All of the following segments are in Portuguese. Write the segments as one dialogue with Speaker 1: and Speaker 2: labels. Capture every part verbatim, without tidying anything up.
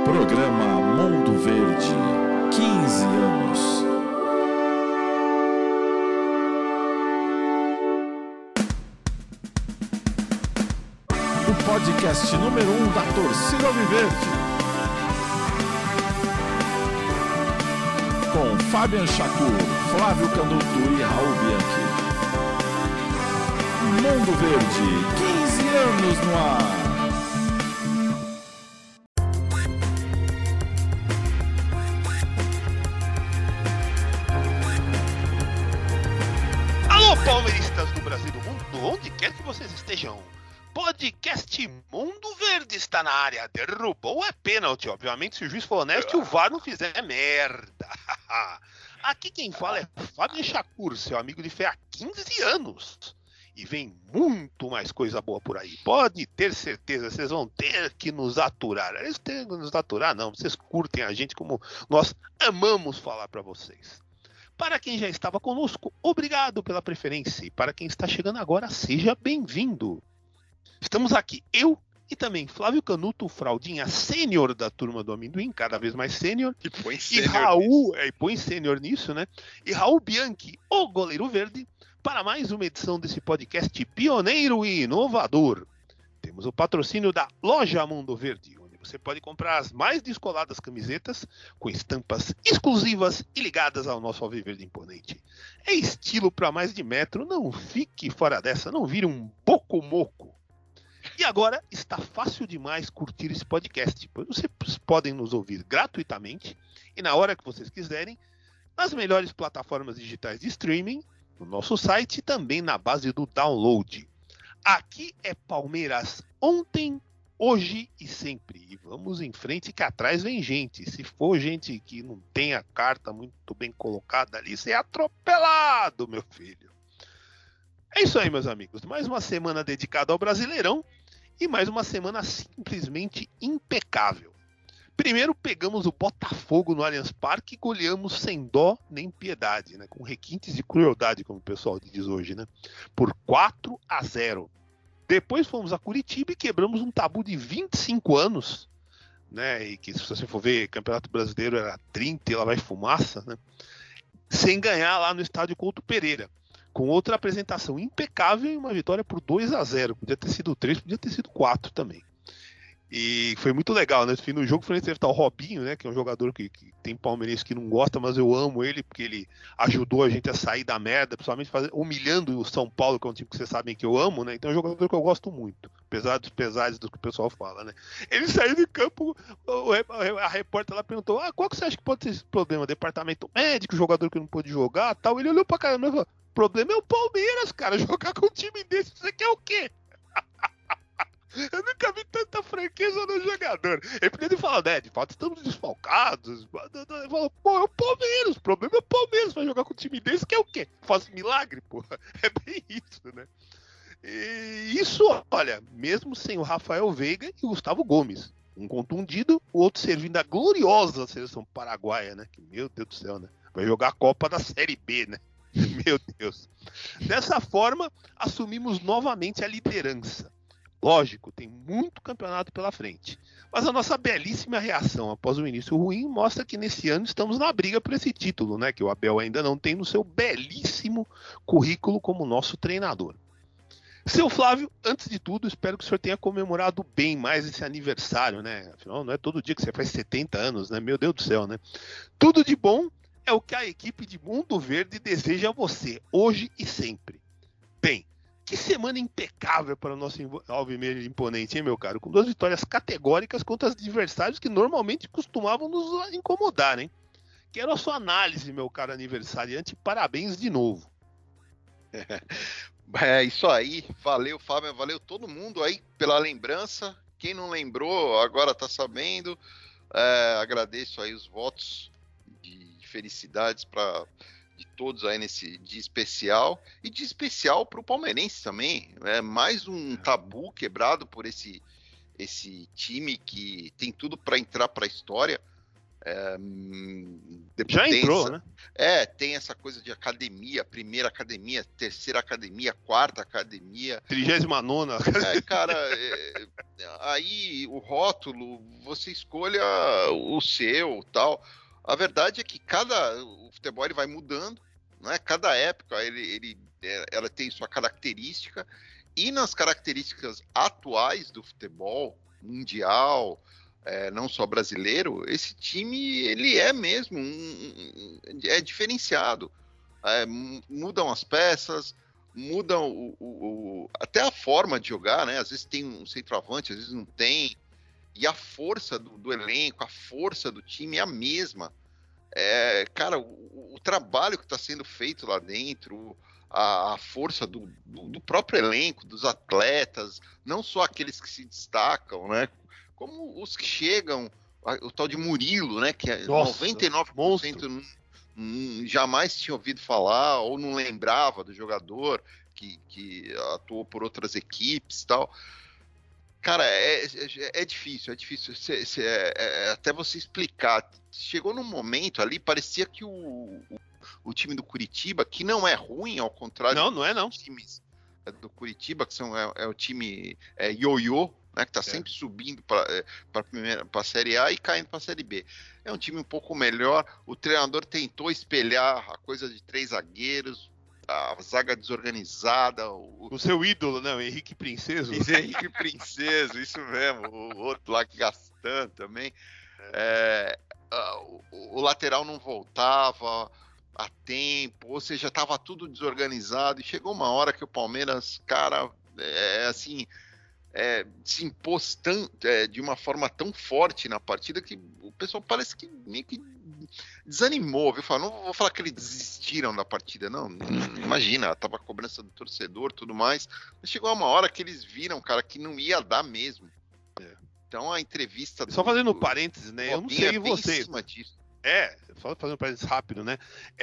Speaker 1: Programa Mundo Verde, quinze anos. O podcast número um da torcida alviverde. Com Fabian Chacur, Flávio Canuto e Raul Bianchi. Mundo Verde, quinze anos no ar.
Speaker 2: Palmeiristas do Brasil e do mundo, onde quer que vocês estejam. Podcast Mundo Verde está na área. Derrubou é pênalti, obviamente, se o juiz for honesto e o V A R não fizer merda. Aqui quem fala é Fábio Chacur, seu amigo de fé há quinze anos. E vem muito mais coisa boa por aí. Pode ter certeza, vocês vão ter que nos aturar. Eles têm que nos aturar, não. Vocês curtem a gente como nós amamos falar para vocês. Para quem já estava conosco, obrigado pela preferência. E para quem está chegando agora, seja bem-vindo. Estamos aqui, eu e também Flávio Canuto, o fraldinha sênior da turma do amendoim, cada vez mais sênior.
Speaker 3: E põe
Speaker 2: e
Speaker 3: sênior
Speaker 2: Raul, é, e põe sênior nisso, né? E Raul Bianchi, o goleiro verde, para mais uma edição desse podcast pioneiro e inovador. Temos o patrocínio da Loja Mundo Verde. Você pode comprar as mais descoladas camisetas com estampas exclusivas e ligadas ao nosso alviverde imponente. É estilo para mais de metro, não fique fora dessa, não vire um boco-moco. E agora está fácil demais curtir esse podcast, pois vocês podem nos ouvir gratuitamente e na hora que vocês quiserem, nas melhores plataformas digitais de streaming, no nosso site e também na base do download. Aqui é Palmeiras ontem, hoje e sempre. E vamos em frente que atrás vem gente. Se for gente que não tem a carta muito bem colocada ali, você é atropelado, meu filho. É isso aí, meus amigos. Mais uma semana dedicada ao Brasileirão e mais uma semana simplesmente impecável. Primeiro pegamos o Botafogo no Allianz Parque e goleamos sem dó nem piedade, né? Com requintes de crueldade, como o pessoal diz hoje, né? Por quatro a zero. Depois fomos a Curitiba e quebramos um tabu de vinte e cinco anos, né? E que se você for ver, Campeonato Brasileiro era trinta e lá vai fumaça, né? Sem ganhar lá no estádio Couto Pereira. Com outra apresentação impecável e uma vitória por dois a zero. Podia ter sido três, podia ter sido quatro também. E foi muito legal, né? No jogo foi enfrentar o Robinho, né? Que é um jogador que, que tem palmeirense que não gosta, mas eu amo ele porque ele ajudou a gente a sair da merda, principalmente fazer, humilhando o São Paulo, que é um time que vocês sabem que eu amo, né? Então é um jogador que eu gosto muito, apesar dos pesares do que o pessoal fala, né? Ele saiu do campo, a repórter lá perguntou: ah, qual que você acha que pode ser esse problema? Departamento médico, jogador que não pôde jogar tal. Ele olhou pra caramba e falou: o problema é o Palmeiras, cara. Jogar com um time desse, você quer o quê? Eu nunca vi tanta franqueza no jogador. Ele podia falar, né, de fato estamos desfalcados. Ele falou, pô, é o Palmeiras, o problema é o Palmeiras, vai jogar com um time desse que é o quê? Faz milagre, pô. É bem isso, né? E isso, olha, mesmo sem o Rafael Veiga e o Gustavo Gomes. Um contundido, o outro servindo a gloriosa seleção paraguaia, né? Que, meu Deus do céu, né? Vai jogar a Copa da Série B, né? Meu Deus. Dessa forma, assumimos novamente a liderança. Lógico, tem muito campeonato pela frente. Mas a nossa belíssima reação após o início ruim mostra que nesse ano estamos na briga por esse título, né? Que o Abel ainda não tem no seu belíssimo currículo como nosso treinador. Seu Flávio, antes de tudo, espero que o senhor tenha comemorado bem mais esse aniversário, né? Afinal, não é todo dia que você faz setenta anos, né? Meu Deus do céu, né? Tudo de bom é o que a equipe de Mundo Verde deseja a você, hoje e sempre. Bem, que semana impecável para o nosso alviverde imponente, hein, meu caro? Com duas vitórias categóricas contra os adversários que normalmente costumavam nos incomodar, hein? Quero a sua análise, meu caro aniversariante. Parabéns de novo.
Speaker 3: É isso aí. Valeu, Fábio. Valeu todo mundo aí pela lembrança. Quem não lembrou, agora tá sabendo. É, agradeço aí os votos de felicidades para... de todos aí nesse dia especial, e de especial para o palmeirense também, é mais um tabu quebrado por esse, esse time que tem tudo para entrar para a história. É,
Speaker 2: Já entrou,
Speaker 3: essa,
Speaker 2: né?
Speaker 3: É, tem essa coisa de academia, primeira academia, terceira academia, quarta academia.
Speaker 2: Trigésima nona.
Speaker 3: É, cara, é, aí o rótulo, você escolha o seu, tal. A verdade é que cada o futebol ele vai mudando, né? Cada época ele, ele, ela tem sua característica, e nas características atuais do futebol mundial, é, não só brasileiro, esse time ele é mesmo um, um, é diferenciado. É, mudam as peças, mudam o, o, o, até a forma de jogar, né? Às vezes tem um centroavante, às vezes não tem, e a força do, do elenco, a força do time é a mesma. É, cara, o, o trabalho que está sendo feito lá dentro, a, a força do, do, do próprio elenco, dos atletas, não só aqueles que se destacam, né? Como os que chegam, o tal de Murilo, né? Que é Nossa, noventa e nove por cento não, não, jamais tinha ouvido falar ou não lembrava do jogador que, que atuou por outras equipes e tal. Cara, é, é, é difícil, é difícil cê, cê, é, é, até você explicar. Chegou num momento ali, parecia que o, o, o time do Curitiba, que não é ruim, ao contrário
Speaker 2: não, não é, não.
Speaker 3: dos times do Curitiba, que são, é, é o time é, ioiô, né, que está é. sempre subindo para a Série A e caindo para a Série B. É um time um pouco melhor, o treinador tentou espelhar a coisa de três zagueiros, a zaga desorganizada. O,
Speaker 2: o seu ídolo, né? O Henrique Princeso.
Speaker 3: Isso, Henrique Princeso, isso mesmo. O outro lá que Gastan também. É, o, o lateral não voltava a tempo, ou seja, estava tudo desorganizado. E chegou uma hora que o Palmeiras, cara, é, assim, é, se impôs tão, é, de uma forma tão forte na partida que o pessoal parece que meio que desanimou, viu? Não vou falar que eles desistiram da partida, não. Imagina, tava a cobrança do torcedor, tudo mais. Mas chegou uma hora que eles viram, cara, que não ia dar mesmo. É. Então a entrevista.
Speaker 2: Só do, fazendo do, parênteses, né? Eu não sei
Speaker 3: é
Speaker 2: vocês.
Speaker 3: Disso.
Speaker 2: É, só fazendo um parênteses rápido, né?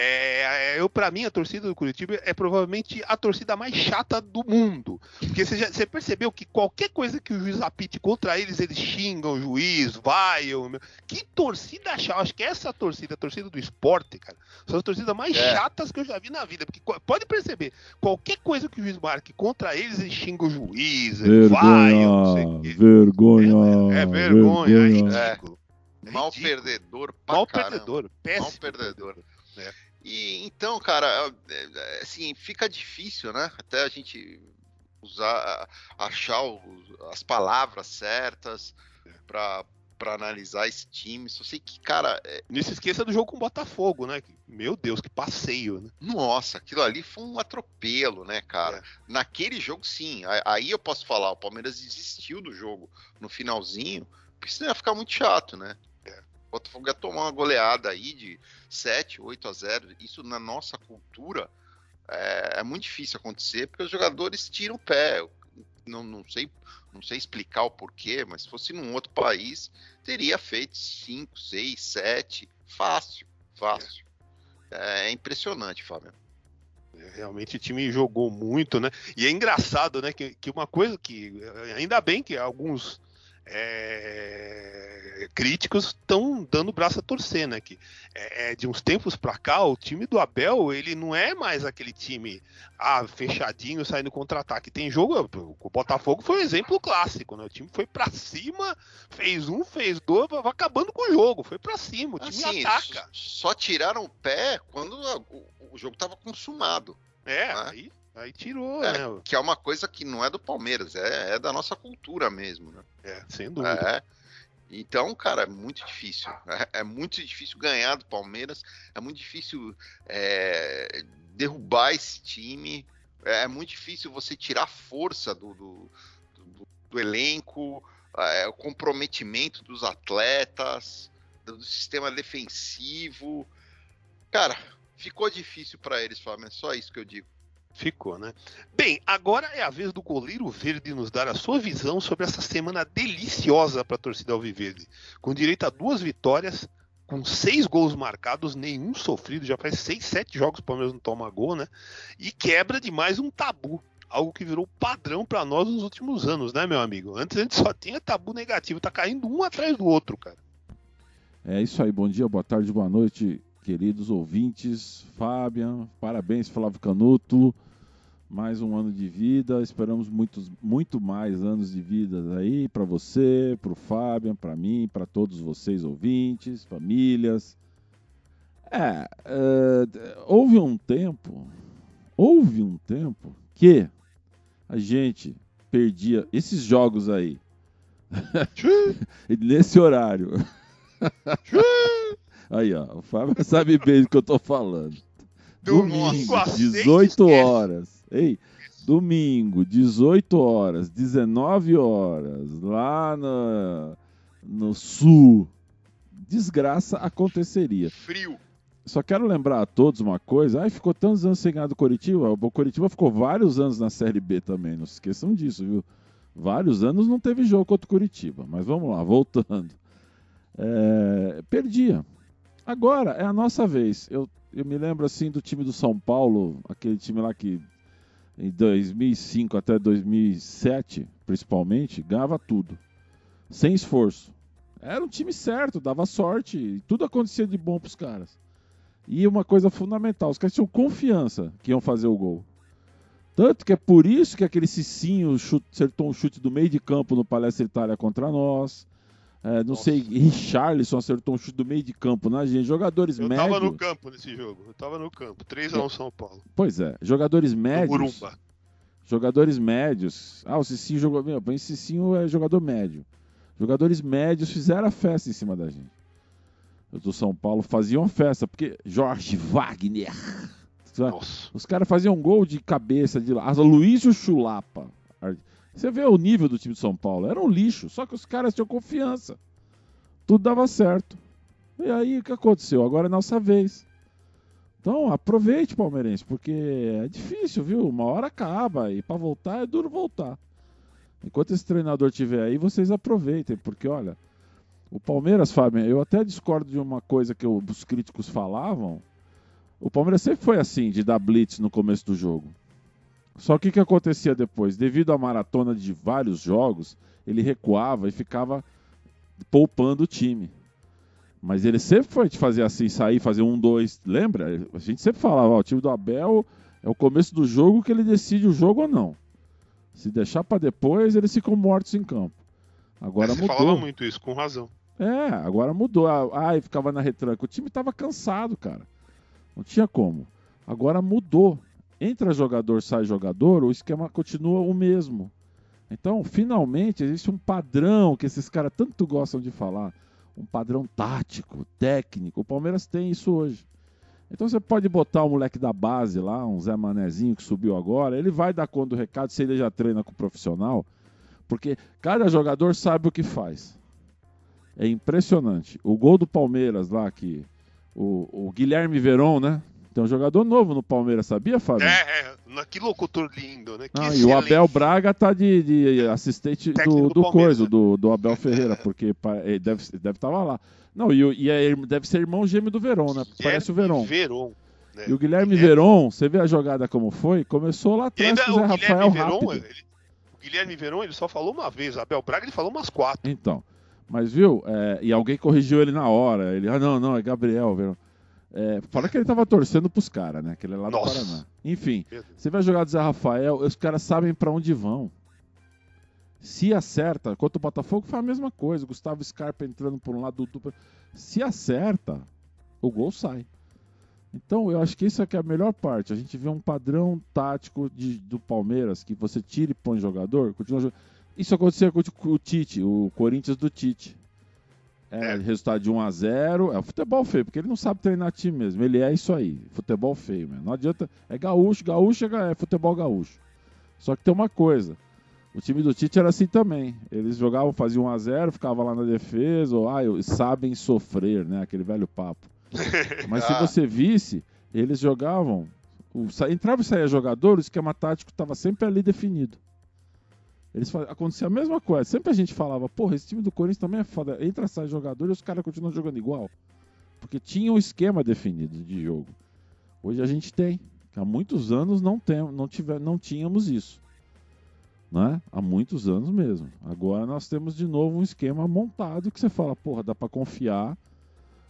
Speaker 2: É, eu, pra mim, a torcida do Curitiba é provavelmente a torcida mais chata do mundo. Porque você, já, você percebeu que qualquer coisa que o juiz apite contra eles, eles xingam o juiz, vaiam. Que torcida chata. Acho que essa torcida, a torcida do esporte, cara, são as torcidas mais é. chatas que eu já vi na vida. Porque pode perceber, qualquer coisa que o juiz marque contra eles, eles xingam o juiz,
Speaker 4: vergonha,
Speaker 2: vaiam, não sei o quê.
Speaker 4: Vergonha.
Speaker 2: É, é vergonha, vergonha.
Speaker 3: é ridículo. É. Mal perdedor pra
Speaker 2: Mal
Speaker 3: caramba.
Speaker 2: perdedor, péssimo.
Speaker 3: Mal perdedor. É. E então, cara, assim, fica difícil, né? Até a gente usar, achar os, as palavras certas pra, pra analisar esse time. Só sei que, cara... É...
Speaker 2: Não se esqueça do jogo com o Botafogo, né? Meu Deus, que passeio, né?
Speaker 3: Nossa, aquilo ali foi um atropelo, né, cara? É. Naquele jogo, sim. Aí eu posso falar, o Palmeiras desistiu do jogo no finalzinho, porque senão ia ficar muito chato, né? O Botafogo ia tomar uma goleada aí de sete, oito a zero. Isso na nossa cultura é, é muito difícil acontecer, porque os jogadores tiram o pé. Não, não, sei, não sei explicar o porquê, mas se fosse num outro país, teria feito cinco, seis, sete. Fácil, fácil. É, é impressionante, Fábio.
Speaker 2: Realmente o time jogou muito, né? E é engraçado, né? Que, que uma coisa que... Ainda bem que alguns... É, críticos estão dando o braço a torcer, né? Que é, é, de uns tempos pra cá, o time do Abel, ele não é mais aquele time ah, fechadinho, saindo contra-ataque. Tem jogo, o Botafogo foi um exemplo clássico, né? O time foi pra cima, fez um, fez dois, vai acabando com o jogo, foi pra cima, o time assim, ataca.
Speaker 3: Só tiraram o pé quando o, o jogo tava consumado.
Speaker 2: É,
Speaker 3: né?
Speaker 2: aí... Aí tirou,
Speaker 3: é,
Speaker 2: né?
Speaker 3: Que é uma coisa que não é do Palmeiras, é, é da nossa cultura mesmo, né?
Speaker 2: É, sem dúvida.
Speaker 3: É. Então, cara, é muito difícil. É, é muito difícil ganhar do Palmeiras, é muito difícil é, derrubar esse time, é muito difícil você tirar a força do, do, do, do elenco, é, o comprometimento dos atletas, do sistema defensivo. Cara, ficou difícil para eles, Flamengo, é só isso que eu digo.
Speaker 2: Ficou, né? Bem, agora é a vez do Goleiro Verde nos dar a sua visão sobre essa semana deliciosa para a torcida alviverde. Com direito a duas vitórias, com seis gols marcados, nenhum sofrido, já faz seis, sete jogos o Palmeiras não toma gol, né? E quebra de mais um tabu, algo que virou padrão para nós nos últimos anos, né, meu amigo? Antes a gente só tinha tabu negativo, tá caindo um atrás do outro, cara.
Speaker 4: É isso aí, bom dia, boa tarde, boa noite, queridos ouvintes. Fabian, parabéns, Flávio Canuto. mais um ano de vida. Esperamos muitos, muito mais anos de vida aí para você, para o Fabian, para mim, para todos vocês ouvintes, famílias. É, é, houve um tempo, houve um tempo que a gente perdia esses jogos aí, nesse horário. Aí, ó, o Fábio sabe bem do que eu tô falando. Domingo, dezoito horas. Ei, domingo, dezoito horas, dezenove horas, lá no, no sul. Desgraça aconteceria.
Speaker 3: Frio.
Speaker 4: Só quero lembrar a todos uma coisa. Ai, ficou tantos anos sem ganhar do Coritiba. O Coritiba ficou vários anos na Série B também. Não se esqueçam disso, viu? Vários anos não teve jogo contra o Coritiba. Mas vamos lá, voltando. É, perdia. Agora é a nossa vez. Eu, eu me lembro assim do time do São Paulo, aquele time lá que em dois mil e cinco até dois mil e sete, principalmente, ganhava tudo. Sem esforço. Era um time certo, dava sorte, tudo acontecia de bom pros caras. E uma coisa fundamental, os caras tinham confiança que iam fazer o gol. Tanto que é por isso que aquele Cicinho chute, acertou um chute do meio de campo no Palestra Itália contra nós. É, não Nossa. sei, Richarlison acertou um chute do meio de campo na gente. Jogadores
Speaker 2: eu
Speaker 4: médios...
Speaker 2: Eu tava no campo nesse jogo, eu tava no campo. três a um São Paulo.
Speaker 4: Pois é, jogadores médios... Jogadores médios... Ah, o Cicinho jogou... Meu, o Cicinho é jogador médio. Jogadores médios fizeram a festa em cima da gente. Os do São Paulo faziam festa, porque Jorge Wagner... Nossa. Os caras faziam um gol de cabeça, de lá. Luiz Chulapa. Você vê o nível do time de São Paulo. Era um lixo, só que os caras tinham confiança. Tudo dava certo. E aí, o que aconteceu? Agora é nossa vez. Então, aproveite, palmeirense, porque é difícil, viu? Uma hora acaba e para voltar é duro voltar. Enquanto esse treinador estiver aí, vocês aproveitem, porque, olha, o Palmeiras, Fábio, eu até discordo de uma coisa que os críticos falavam. O Palmeiras sempre foi assim, de dar blitz no começo do jogo. Só que o que acontecia depois? Devido à maratona de vários jogos, ele recuava e ficava poupando o time. Mas ele sempre foi de fazer assim, sair, fazer um, dois. Lembra? A gente sempre falava, ó, o time do Abel é o começo do jogo que ele decide o jogo ou não. Se deixar para depois, eles ficam mortos em campo. Agora
Speaker 2: Você
Speaker 4: mudou.
Speaker 2: falava muito isso, com razão.
Speaker 4: É, agora mudou. Ah, ficava na retranca. O time estava cansado, cara. Não tinha como. Agora mudou. Entra jogador, sai jogador, o esquema continua o mesmo. Então, finalmente, existe um padrão que esses caras tanto gostam de falar. Um padrão tático, técnico. O Palmeiras tem isso hoje. Então você pode botar o moleque da base lá, um Zé Manezinho que subiu agora, ele vai dar conta do recado se ele já treina com o profissional, porque cada jogador sabe o que faz. É impressionante. O gol do Palmeiras lá, que o, o Guilherme Veron, né? Tem um jogador novo no Palmeiras, sabia, Fábio?
Speaker 2: É, é, que locutor lindo, né? Que
Speaker 4: ah, e o Abel Braga tá de, de assistente do, do, do coisa, né? do, do Abel Ferreira, porque ele deve estar deve lá. Não, e, e é, deve ser irmão gêmeo do Veron, né? Guilherme Parece o Veron.
Speaker 2: Veron né?
Speaker 4: E o Guilherme, Guilherme Veron, você vê a jogada como foi? Começou lá atrás com o Zé
Speaker 2: o
Speaker 4: Rafael
Speaker 2: Veron,
Speaker 4: rápido.
Speaker 2: Ele, o Guilherme Veron, ele só falou uma vez, o Abel Braga ele falou umas quatro.
Speaker 4: Então, mas viu, é, e alguém corrigiu ele na hora. Ele, ah, não, não, é Gabriel Veron. É, fala que ele tava torcendo pros caras, né? Que ele é lá do
Speaker 2: Nossa.
Speaker 4: Paraná. Enfim, você vai jogar do Zé Rafael, os caras sabem pra onde vão. Se acerta, contra o Botafogo foi a mesma coisa. Gustavo Scarpa entrando por um lado do... Se acerta, o gol sai. Então eu acho que isso aqui é a melhor parte. A gente vê um padrão tático de, do Palmeiras, que você tira e põe jogador, continua jogando. Isso acontecia com o Tite, o Corinthians do Tite. É, é. Resultado de um a zero. É futebol feio, porque ele não sabe treinar time mesmo. Ele é isso aí, futebol feio, mano. Não adianta. É gaúcho, gaúcho é, é futebol gaúcho. Só que tem uma coisa. O time do Tite era assim também. Eles jogavam, faziam um a zero, ficavam lá na defesa, ou ah, sabem sofrer, né? Aquele velho papo. Mas ah. se você visse, eles jogavam. O, entrava e saía jogador, o esquema tático estava sempre ali definido. Eles faz... Acontecia a mesma coisa. Sempre a gente falava, porra, esse time do Corinthians também é foda. Entra, sai jogador e os caras continuam jogando igual. Porque tinha um esquema definido de jogo. Hoje a gente tem. Há muitos anos não, tem, não, tiver, não tínhamos isso. Né? Há muitos anos mesmo. Agora nós temos de novo um esquema montado que você fala, porra, dá pra confiar.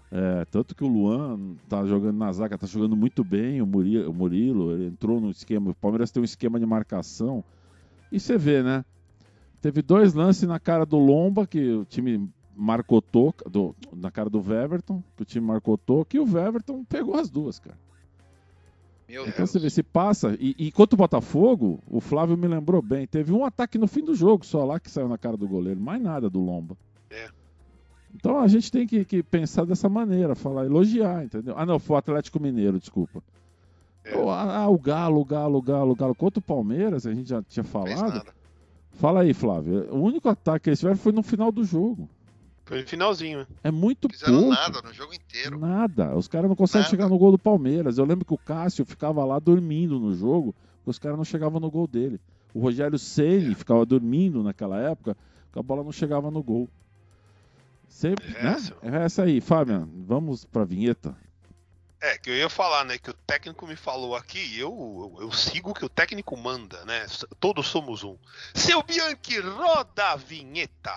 Speaker 4: É, tanto que o Luan tá jogando na zaga, tá jogando muito bem, o Murilo, o Murilo ele entrou no esquema, o Palmeiras tem um esquema de marcação, e você vê, né? Teve dois lances na cara do Lomba, que o time marcou toca, do, na cara do Weverton, que o time marcou toca, e o Weverton pegou as duas, cara.
Speaker 3: Meu
Speaker 4: então
Speaker 3: Deus.
Speaker 4: Você vê, se passa, e, e contra o Botafogo, o Flávio me lembrou bem, teve um ataque no fim do jogo só lá que saiu na cara do goleiro, mais nada do Lomba.
Speaker 2: É.
Speaker 4: Então a gente tem que, que pensar dessa maneira, falar, elogiar, entendeu? Ah, não, foi o Atlético Mineiro, desculpa.
Speaker 2: É.
Speaker 4: Oh, ah, o Galo, o Galo, o Galo, o Galo. Contra o Palmeiras, a gente já tinha falado. Fala aí, Flávio. O único ataque que eles tiveram foi no final do jogo.
Speaker 2: Foi no finalzinho, né?
Speaker 4: É muito
Speaker 3: Não fizeram
Speaker 4: pouco.
Speaker 3: nada no jogo inteiro.
Speaker 4: Nada. Os caras não conseguem
Speaker 3: Nada.
Speaker 4: chegar no gol do Palmeiras. Eu lembro que o Cássio ficava lá dormindo no jogo, porque os caras não chegavam no gol dele. O Rogério Ceni
Speaker 3: É.
Speaker 4: ficava dormindo naquela época, porque a bola não chegava no gol. Sempre,
Speaker 2: É,
Speaker 4: né?
Speaker 2: seu-
Speaker 4: É essa aí, Fabian. Vamos pra vinheta.
Speaker 2: É, que eu ia falar, né, que o técnico me falou aqui, e eu, eu, eu sigo o que o técnico manda, né? S- Todos somos um. Seu Bianchi, roda a vinheta.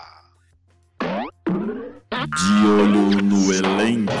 Speaker 1: De olho no elenco.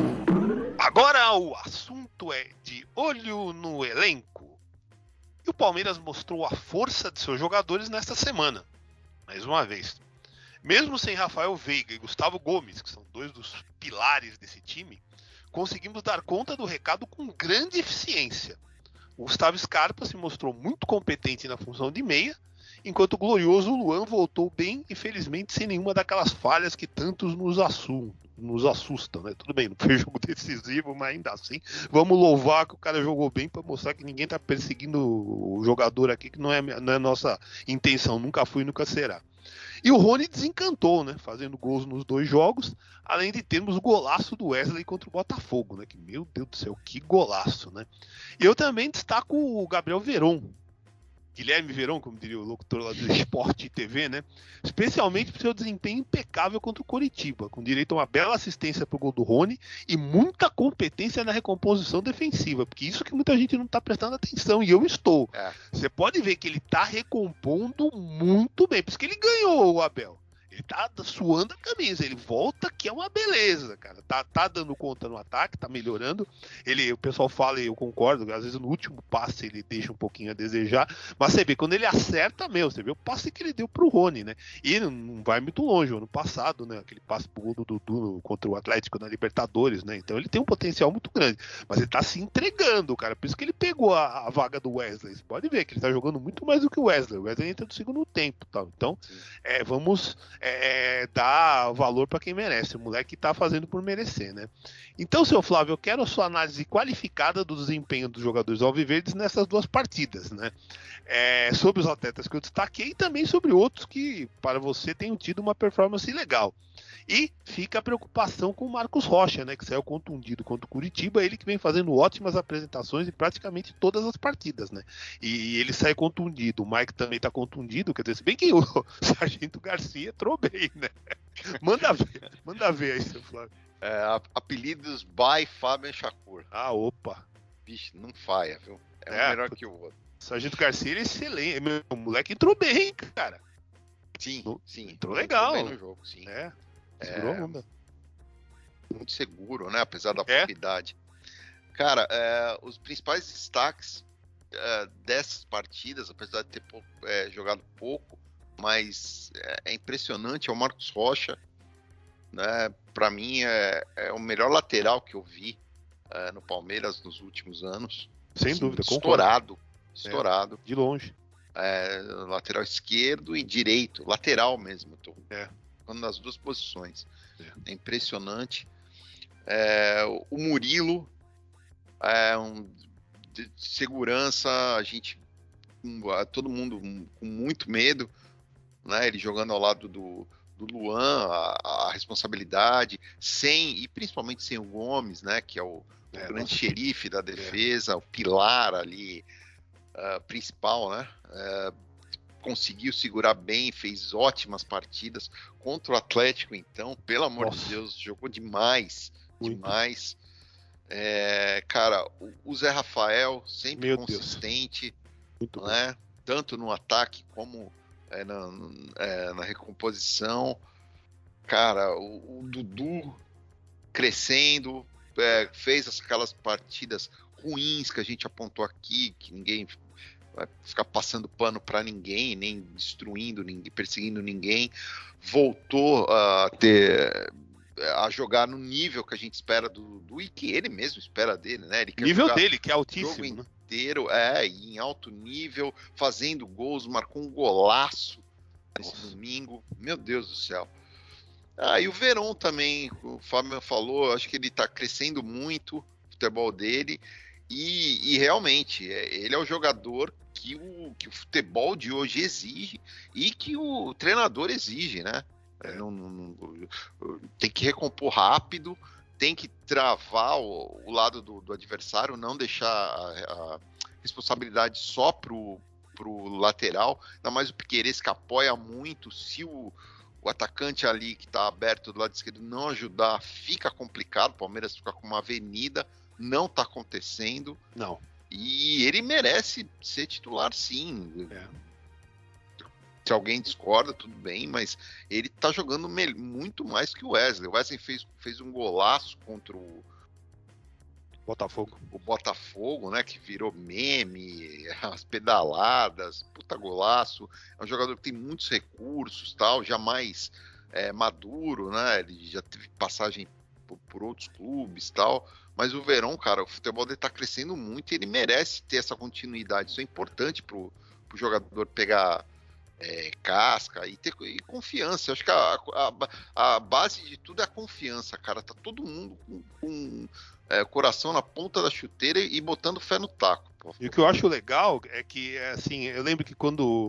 Speaker 2: Agora o assunto é de olho no elenco. E o Palmeiras mostrou a força de seus jogadores nesta semana. Mais uma vez. Mesmo sem Rafael Veiga e Gustavo Gomes, que são dois dos pilares desse time, conseguimos dar conta do recado com grande eficiência. O Gustavo Scarpa se mostrou muito competente na função de meia, enquanto o glorioso Luan voltou bem e felizmente sem nenhuma daquelas falhas que tantos nos, assu- nos assustam, né? Tudo bem, não foi jogo decisivo, mas ainda assim, vamos louvar que o cara jogou bem para mostrar que ninguém tá perseguindo o jogador aqui, que não é, não é nossa intenção, nunca foi e nunca será. E o Rony desencantou, né? Fazendo gols nos dois jogos, além de termos o golaço do Wesley contra o Botafogo, né? Que, meu Deus do céu, que golaço, né? E eu também destaco o Gabriel Veron, Guilherme Veron, como diria o locutor lá do Esporte T V, né? Especialmente por seu desempenho impecável contra o Coritiba, com direito a uma bela assistência pro gol do Rony e muita competência na recomposição defensiva, porque isso que muita gente não tá prestando atenção, e eu estou.
Speaker 3: É.
Speaker 2: Você pode ver que ele tá recompondo muito bem, por isso que ele ganhou o Abel. Ele tá suando a camisa, ele volta que é uma beleza, cara. Tá, tá dando conta no ataque, tá melhorando. Ele, o pessoal fala, e eu concordo, às vezes no último passe ele deixa um pouquinho a desejar, mas você vê, quando ele acerta, meu, você vê o passe que ele deu pro Rony, né? E não, não vai muito longe, ano passado, né? Aquele passe pro gol do Dudu contra o Atlético na Libertadores, né? Então ele tem um potencial muito grande, mas ele tá se entregando, cara. Por isso que ele pegou a, a vaga do Wesley. Você pode ver que ele tá jogando muito mais do que o Wesley. O Wesley entra no segundo tempo, tal. Então, é, vamos É, dar valor para quem merece. O moleque tá fazendo por merecer, né? Então, seu Flávio, eu quero a sua análise qualificada do desempenho dos jogadores alviverdes nessas duas partidas, né? É, sobre os atletas que eu destaquei e também sobre outros que, para você, tenham tido uma performance legal. E fica a preocupação com o Marcos Rocha, né, que saiu contundido contra o Coritiba, ele que vem fazendo ótimas apresentações em praticamente todas as partidas, né? E ele sai contundido, o Mike também tá contundido, quer dizer, se bem que o Sargento Garcia entrou bem, né? Manda ver, manda ver aí, seu Flávio.
Speaker 3: É, apelidos by Fabian Shakur.
Speaker 2: Ah, opa.
Speaker 3: Vixe, não faia, viu? É,
Speaker 2: É,
Speaker 3: um melhor que o outro.
Speaker 2: Sargento Garcia, ele é excelente, meu, o moleque entrou bem, cara.
Speaker 3: Sim,
Speaker 2: No-
Speaker 3: sim.
Speaker 2: entrou legal.
Speaker 3: bem no jogo, sim.
Speaker 2: É,
Speaker 3: É.
Speaker 2: segurou a onda.
Speaker 3: Muito seguro, né? Apesar da
Speaker 2: É.
Speaker 3: pouca idade. Cara, é, os principais destaques é, dessas partidas, apesar de ter pouco, é, jogado pouco, mas é, é impressionante, é o Marcos Rocha, né? Para mim é, é o melhor lateral que eu vi é, no Palmeiras nos últimos anos.
Speaker 2: Sem
Speaker 3: Assim,
Speaker 2: dúvida, concordo.
Speaker 3: estourado, estourado.
Speaker 2: De longe.
Speaker 3: É, lateral esquerdo e direito, lateral mesmo, tô
Speaker 2: É.
Speaker 3: falando das duas posições.
Speaker 2: É.
Speaker 3: É impressionante. É, o Murilo é um de segurança, a gente, um, todo mundo com muito medo, né? Ele jogando ao lado do, do Luan, a, a responsabilidade, sem, e principalmente sem o Gomes, né? Que é o, o
Speaker 2: É,
Speaker 3: grande
Speaker 2: nossa.
Speaker 3: xerife da defesa, o pilar ali uh, principal, né? Uh, conseguiu segurar bem, fez ótimas partidas contra o Atlético, então, pelo amor
Speaker 2: Nossa.
Speaker 3: de Deus, jogou demais,
Speaker 2: Muito.
Speaker 3: demais. É, cara, o, o Zé Rafael sempre
Speaker 2: Meu Deus.
Speaker 3: consistente,
Speaker 2: Muito bom.
Speaker 3: né? Tanto no ataque como é, na, é, na recomposição. Cara, o, o Dudu crescendo, é, fez aquelas partidas ruins que a gente apontou aqui, que ninguém vai ficar passando pano para ninguém, nem destruindo ninguém, perseguindo ninguém, voltou a ter a jogar no nível que a gente espera do, do e que ele mesmo espera dele, né? Ele quer
Speaker 2: nível
Speaker 3: jogar
Speaker 2: dele, que é
Speaker 3: o
Speaker 2: altíssimo,
Speaker 3: jogo
Speaker 2: né?
Speaker 3: inteiro, é, em alto nível, fazendo gols, marcou um golaço nesse Nossa. domingo, meu Deus do céu. Ah, e o Veron também, o Fábio falou, acho que ele tá crescendo muito o futebol dele, e, e realmente, ele é o jogador que o, que o futebol de hoje exige e que o treinador exige, né? É, não, não, não, tem que recompor rápido, tem que travar o, o lado do, do adversário, não deixar a, a responsabilidade só pro, pro lateral, ainda mais o Piquerez, que apoia muito. Se o, o atacante ali que está aberto do lado esquerdo não ajudar, fica complicado, o Palmeiras fica com uma avenida, não está acontecendo.
Speaker 2: Não.
Speaker 3: E ele merece ser titular, sim.
Speaker 2: É.
Speaker 3: Se alguém discorda, tudo bem, mas ele tá jogando muito mais que o Wesley. O Wesley fez, fez um golaço contra o
Speaker 2: Botafogo.
Speaker 3: O Botafogo, né? Que virou meme, as pedaladas, puta golaço. É um jogador que tem muitos recursos, tal, já mais é, maduro, né? Ele já teve passagem por, por outros clubes, tal. Mas o Verón, cara, o futebol dele tá crescendo muito e ele merece ter essa continuidade. Isso é importante pro, pro jogador pegar É, casca e ter e confiança. Eu acho que a, a, a base de tudo é a confiança, cara. Tá todo mundo com, com é, o coração na ponta da chuteira e botando fé no taco. Pô.
Speaker 2: E o que eu acho legal é que, assim, eu lembro que quando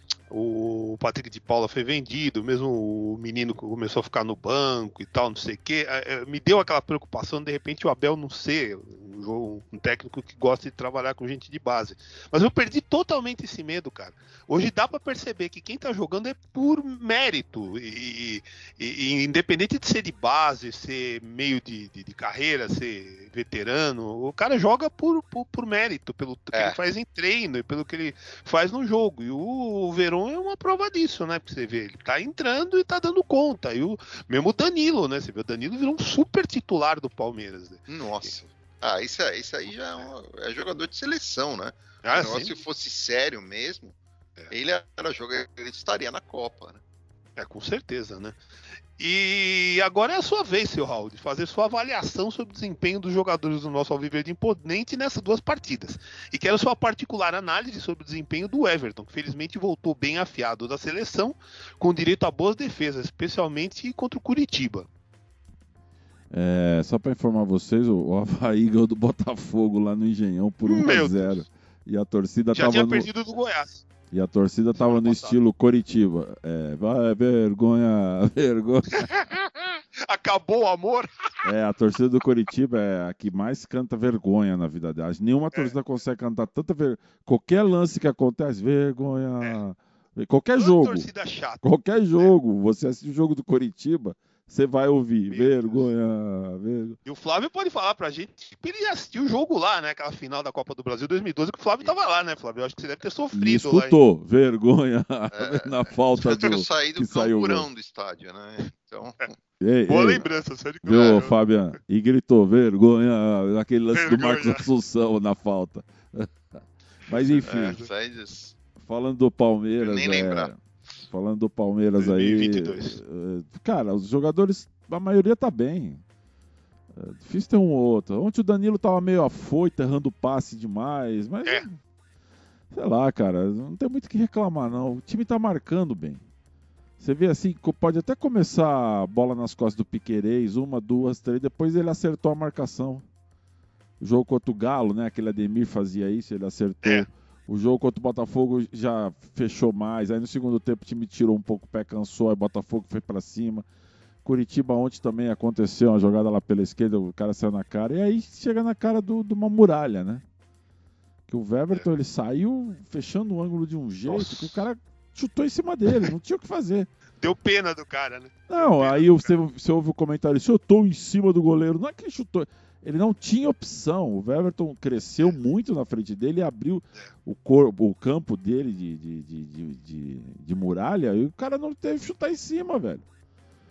Speaker 2: o Patrick de Paula foi vendido, mesmo o menino começou a ficar no banco e tal, não sei o quê, me deu aquela preocupação de, de repente o Abel não ser um, um técnico que gosta de trabalhar com gente de base. Mas eu perdi totalmente esse medo, cara. Hoje dá pra perceber que quem tá jogando é por mérito e, e, e independente de ser de base, ser meio de, de, de carreira, ser veterano, o cara joga por, por, por mérito, pelo que é. ele faz em treino e pelo que ele faz no jogo. E o Verón é uma prova disso, né? Pra você ver, ele tá entrando e tá dando conta. E o mesmo Danilo, né? Você vê, o Danilo virou um super titular do Palmeiras. Né?
Speaker 3: Nossa. Ah, isso, isso aí já é, uma, é jogador de seleção, né?
Speaker 2: Ah,
Speaker 3: o negócio, se fosse sério mesmo, é. ele era jogador, ele estaria na Copa, né?
Speaker 2: É, com certeza, né? E agora é a sua vez, seu Raul, de fazer sua avaliação sobre o desempenho dos jogadores do nosso Alviverde Imponente nessas duas partidas. E quero sua particular análise sobre o desempenho do Everton, que felizmente voltou bem afiado da seleção, com direito a boas defesas, especialmente contra o Curitiba.
Speaker 4: É, só para informar vocês, o Avaí ganhou do Botafogo lá no Engenhão por um a zero. E a torcida
Speaker 2: Já
Speaker 4: tava
Speaker 2: tinha
Speaker 4: no...
Speaker 2: perdido do Goiás.
Speaker 4: E a torcida tava no estilo Coritiba. É, vai, vergonha, vergonha.
Speaker 2: Acabou o amor.
Speaker 4: É, a torcida do Coritiba é a que mais canta vergonha na vida dela. Nenhuma torcida é. consegue cantar tanta vergonha. Qualquer lance que acontece, vergonha. É. Qualquer Toda jogo.
Speaker 2: Torcida chata.
Speaker 4: Qualquer jogo. É. Você assiste o jogo do Coritiba, você vai ouvir Meu vergonha, vergonha.
Speaker 2: E o Flávio pode falar pra gente que ele assistiu o jogo lá, né? Aquela final da Copa do Brasil dois mil e doze, que o Flávio tava lá, né, Flávio? Eu acho que você deve ter sofrido
Speaker 4: e escutou, lá. Vergonha
Speaker 3: é,
Speaker 4: na falta do...
Speaker 3: Eu saí do camburão do estádio, né? Então...
Speaker 4: Ei,
Speaker 2: Boa
Speaker 4: ei,
Speaker 2: lembrança, sério.
Speaker 4: Viu, Fabiano? E gritou, vergonha, naquele lance vergonha. do Marcos Assunção na falta. Mas enfim,
Speaker 3: é,
Speaker 4: falando do Palmeiras...
Speaker 3: nem
Speaker 4: é...
Speaker 3: lembrar.
Speaker 4: Falando do Palmeiras
Speaker 2: dois mil e vinte e dois.
Speaker 4: aí, cara, os jogadores, a maioria tá bem. É difícil ter um ou outro. Ontem o Danilo tava meio afoito, errando passe demais, mas
Speaker 2: é.
Speaker 4: sei lá, cara, não tem muito o que reclamar não. O time tá marcando bem. Você vê assim, pode até começar a bola nas costas do Piquerez, uma, duas, três, depois ele acertou a marcação. O jogo contra o Galo, né, aquele Ademir fazia isso, ele acertou.
Speaker 2: É.
Speaker 4: O jogo contra o Botafogo já fechou mais. Aí no segundo tempo o time tirou um pouco o pé, cansou. Aí o Botafogo foi pra cima. Curitiba ontem também aconteceu uma jogada lá pela esquerda. O cara saiu na cara. E aí chega na cara do, de uma muralha, né? Que o Everton ele saiu fechando o ângulo de um jeito Nossa. que o cara chutou em cima dele. Não tinha o que fazer.
Speaker 2: Deu pena do cara, né?
Speaker 4: Não, aí você, você ouve o comentário. Chutou em cima do goleiro. Não é que ele chutou... Ele não tinha opção. O Everton cresceu muito na frente dele e abriu o, corpo, o campo dele de, de, de, de, de, de muralha e o cara não teve que chutar em cima, velho.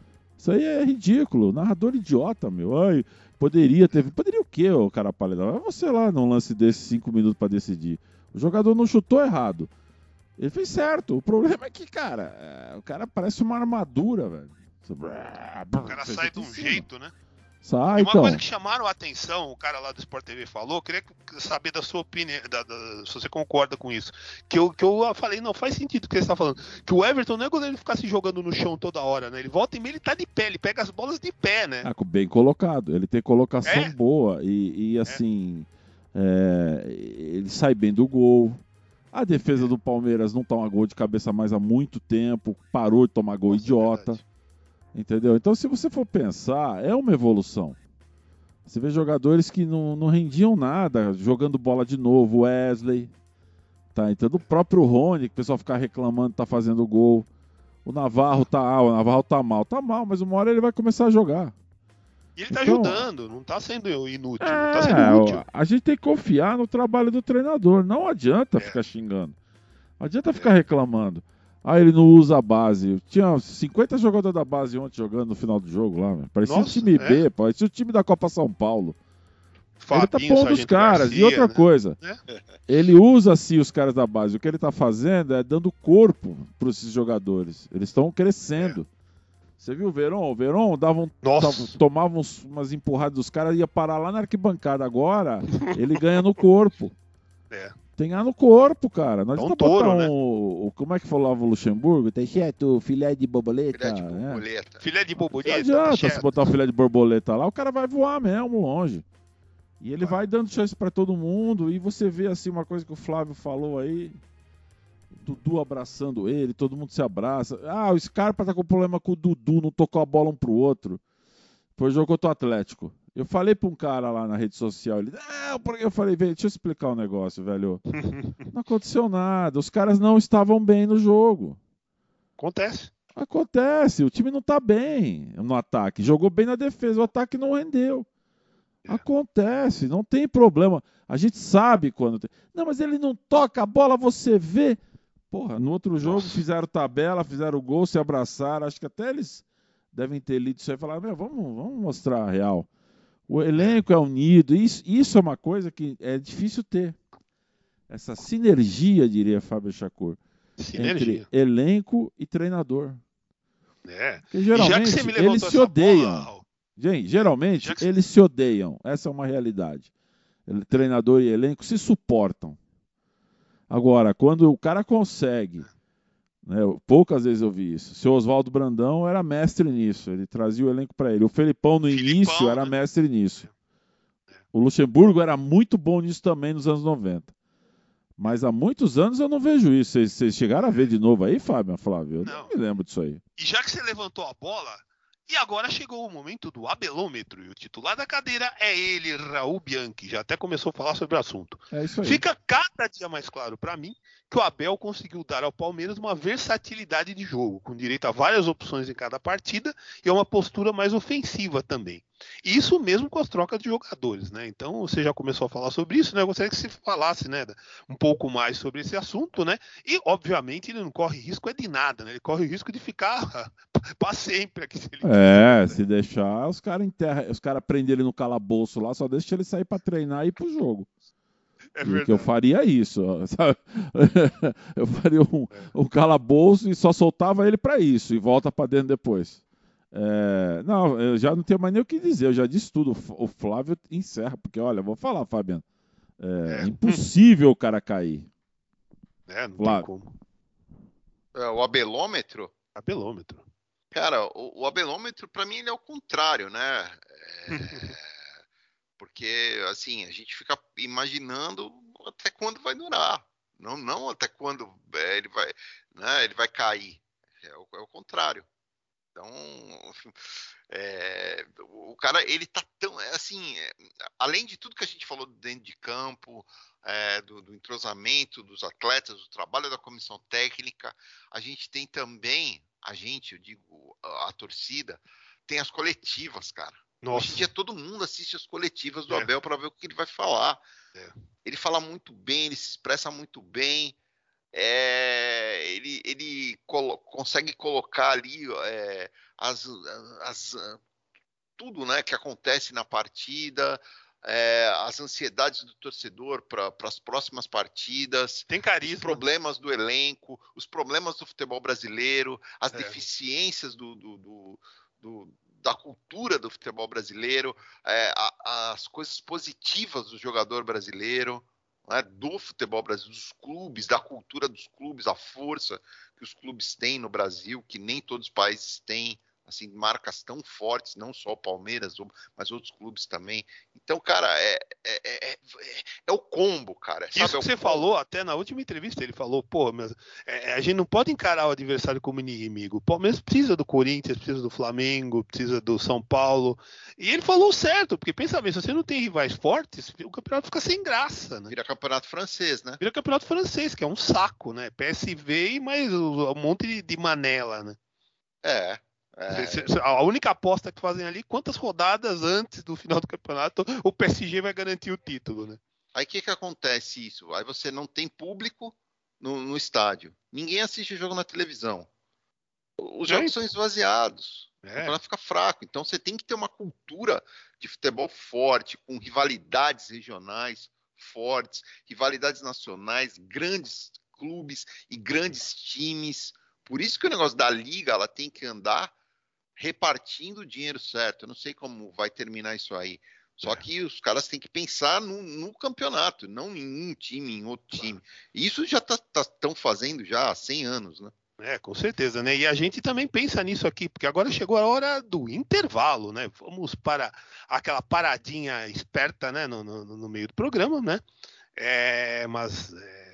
Speaker 4: Isso aí é ridículo. Narrador idiota, meu. Ai, poderia ter... Poderia o quê, ô cara pálido? Vai você lá num lance desse cinco minutos pra decidir. O jogador não chutou errado. Ele fez certo. O problema é que, cara, é, o cara parece uma armadura, velho.
Speaker 2: O cara sai de um jeito, né?
Speaker 4: Sai,
Speaker 2: e uma
Speaker 4: então.
Speaker 2: coisa que chamaram a atenção, o cara lá do Sport T V falou, eu queria saber da sua opinião, da, da, se você concorda com isso. Que eu, que eu falei, não, faz sentido o que você está falando. Que o Everton não é quando ele ficar se jogando no chão toda hora, né? Ele volta e meio ele tá de pé, ele pega as bolas de pé, né?
Speaker 4: Ah, bem colocado. Ele tem colocação
Speaker 2: é?
Speaker 4: boa. E, e assim, é. É, ele sai bem do gol. A defesa do Palmeiras não toma gol de cabeça mais há muito tempo. Parou de tomar gol. Nossa, idiota. É entendeu? Então, se você for pensar, é uma evolução. Você vê jogadores que não, não rendiam nada, jogando bola de novo, Wesley, tá? Então, o próprio Rony, que o pessoal fica reclamando, tá fazendo gol. O Navarro tá, ah, o Navarro tá mal, tá mal, mas uma hora ele vai começar a jogar.
Speaker 2: E ele tá
Speaker 4: então,
Speaker 2: ajudando, não tá sendo inútil,
Speaker 4: é,
Speaker 2: não tá sendo útil.
Speaker 4: A gente tem que confiar no trabalho do treinador, não adianta é. ficar xingando. Não adianta é. ficar reclamando. Ah, ele não usa a base. Tinha cinquenta jogadores da base ontem jogando no final do jogo lá, velho. Parecia o time é? B, pô. Parecia o time da Copa São Paulo. Fabinho, ele tá pondo os caras. Garcia, e outra né? coisa, é? ele usa assim os caras da base. O que ele tá fazendo é dando corpo para esses jogadores. Eles estão crescendo. É. Você viu o Verón? O Verón dava um, tomava uns, umas empurradas dos caras e ia parar lá na arquibancada. Agora, ele ganha no corpo. É. Tem ar no corpo, cara. Nós estamos botando um, né? o, como é que falava o Luxemburgo? Tem cheto, filé de borboleta.
Speaker 3: Filé de borboleta.
Speaker 2: É. Filé de borboleta.
Speaker 4: Não adianta se botar um filé de borboleta lá, o cara vai voar mesmo longe. E ele vai, vai dando chance pra todo mundo. E você vê assim uma coisa que o Flávio falou aí. Dudu abraçando ele, todo mundo se abraça. Ah, o Scarpa tá com problema com o Dudu, não tocou a bola um pro outro. Foi o jogo contra o Atlético. Eu falei pra um cara lá na rede social, ele, ah, porque eu falei, deixa eu explicar um negócio, velho. Não aconteceu nada, os caras não estavam bem no jogo.
Speaker 2: Acontece.
Speaker 4: Acontece, o time não tá bem no ataque, jogou bem na defesa, o ataque não rendeu. É. Acontece, não tem problema. A gente sabe quando tem. Não, mas ele não toca a bola, você vê. Porra, no outro jogo Nossa. fizeram tabela, fizeram gol, se abraçaram, acho que até eles devem ter lido isso aí e falaram, meu, vamos, vamos mostrar a real. O elenco é unido, isso, isso é uma coisa que é difícil ter. Essa sinergia, diria Fábio Chacur, entre elenco e treinador.
Speaker 2: É.
Speaker 4: Porque geralmente
Speaker 2: já que você me
Speaker 4: eles se odeiam.
Speaker 2: Bola...
Speaker 4: Gente, geralmente
Speaker 2: que...
Speaker 4: eles se odeiam. Essa é uma realidade. Treinador e elenco se suportam. Agora, quando o cara consegue... Né, poucas vezes eu vi isso. O seu Oswaldo Brandão era mestre nisso. Ele trazia o elenco para ele. O Felipão, no Filipão, início, era né? mestre nisso. O Luxemburgo era muito bom nisso também nos anos noventa. Mas há muitos anos eu não vejo isso. Vocês, vocês chegaram a ver de novo aí, Fábio? Flávio? Eu não. não me lembro disso aí.
Speaker 2: E já que você levantou a bola, e agora chegou o momento do abelômetro. E o titular da cadeira é ele, Raul Bianchi. Já até começou a falar sobre o assunto.
Speaker 4: É isso aí.
Speaker 2: Fica cada dia mais claro para mim que o Abel conseguiu dar ao Palmeiras uma versatilidade de jogo, com direito a várias opções em cada partida e a uma postura mais ofensiva também. E isso mesmo com as trocas de jogadores, né? Então você já começou a falar sobre isso, né? Eu gostaria que você falasse, né, um pouco mais sobre esse assunto, né? E obviamente ele não corre risco é de nada, né? Ele corre o risco de ficar para sempre aqui. Se ele
Speaker 4: é, quiser, né? Se deixar, os caras enterram, os caras prendem ele no calabouço lá, só deixa ele sair para treinar e ir pro jogo. É verdade. Eu faria isso, sabe? Eu faria um, um calabouço e só soltava ele para isso e volta para dentro depois. É, não, eu já não tenho mais nem o que dizer, eu já disse tudo. O Flávio encerra, porque olha, vou falar, Fabiano, é, é. impossível o cara cair.
Speaker 2: É, não Flávio. Tem como.
Speaker 3: É, o abelômetro?
Speaker 2: Abelômetro.
Speaker 3: Cara, o, o abelômetro para mim ele é o contrário, né? É... Porque, assim, a gente fica imaginando até quando vai durar. Não, não até quando é, ele, vai, né, ele vai cair. É o, é o contrário. Então, é, o cara, ele tá tão... Assim, é, além de tudo que a gente falou dentro de campo, é, do, do entrosamento dos atletas, do trabalho da comissão técnica, a gente tem também, a gente, eu digo, a, a torcida, tem as coletivas, cara. Nossa. Hoje em dia todo mundo assiste as coletivas do é. Abel para ver o que ele vai falar. É. Ele fala muito bem, ele se expressa muito bem. é, ele, ele colo- consegue colocar ali é, as, as, tudo, né, que acontece na partida, é, as ansiedades do torcedor para as próximas partidas,
Speaker 2: tem carisma,
Speaker 3: os problemas do elenco, os problemas do futebol brasileiro, as
Speaker 2: é.
Speaker 3: deficiências do, do, do, do, da cultura do futebol brasileiro, é, a, as coisas positivas do jogador brasileiro, né, do futebol brasileiro, dos clubes, da cultura dos clubes, a força que os clubes têm no Brasil, que nem todos os países têm, assim, marcas tão fortes, não só o Palmeiras, mas outros clubes também. Então, cara, é, é, é, é o combo, cara. Sabe?
Speaker 2: Isso que
Speaker 3: é
Speaker 2: você
Speaker 3: combo.
Speaker 2: falou, até na última entrevista, ele falou, pô, mas é, a gente não pode encarar o adversário como inimigo. O Palmeiras precisa do Corinthians, precisa do Flamengo, precisa do São Paulo. E ele falou certo, porque pensa bem, se você não tem rivais fortes, o campeonato fica sem graça, né?
Speaker 3: Vira campeonato francês, né?
Speaker 2: Vira campeonato francês, que é um saco, né? P S V e mais um monte de, de manela, né?
Speaker 3: É. É.
Speaker 2: A única aposta que fazem ali, quantas rodadas antes do final do campeonato o P S G vai garantir o título, né?
Speaker 3: Aí o que que acontece isso? Aí você não tem público no, no estádio. Ninguém assiste o jogo na televisão. Os jogos são esvaziados. É. O campeonato fica fraco. Então você tem que ter uma cultura de futebol forte, com rivalidades regionais fortes, rivalidades nacionais, grandes clubes e grandes times. Por isso que o negócio da liga, ela tem que andar repartindo o dinheiro certo. Eu não sei como vai terminar isso aí. Só que os caras têm que pensar no, no campeonato, não em um time, em outro time. E isso já estão tá, tá, fazendo já há cem anos, né?
Speaker 2: É, com certeza, né? E a gente também pensa nisso aqui, porque agora chegou a hora do intervalo, né? Vamos para aquela paradinha esperta, né? No, no, no meio do programa, né? É, mas... É...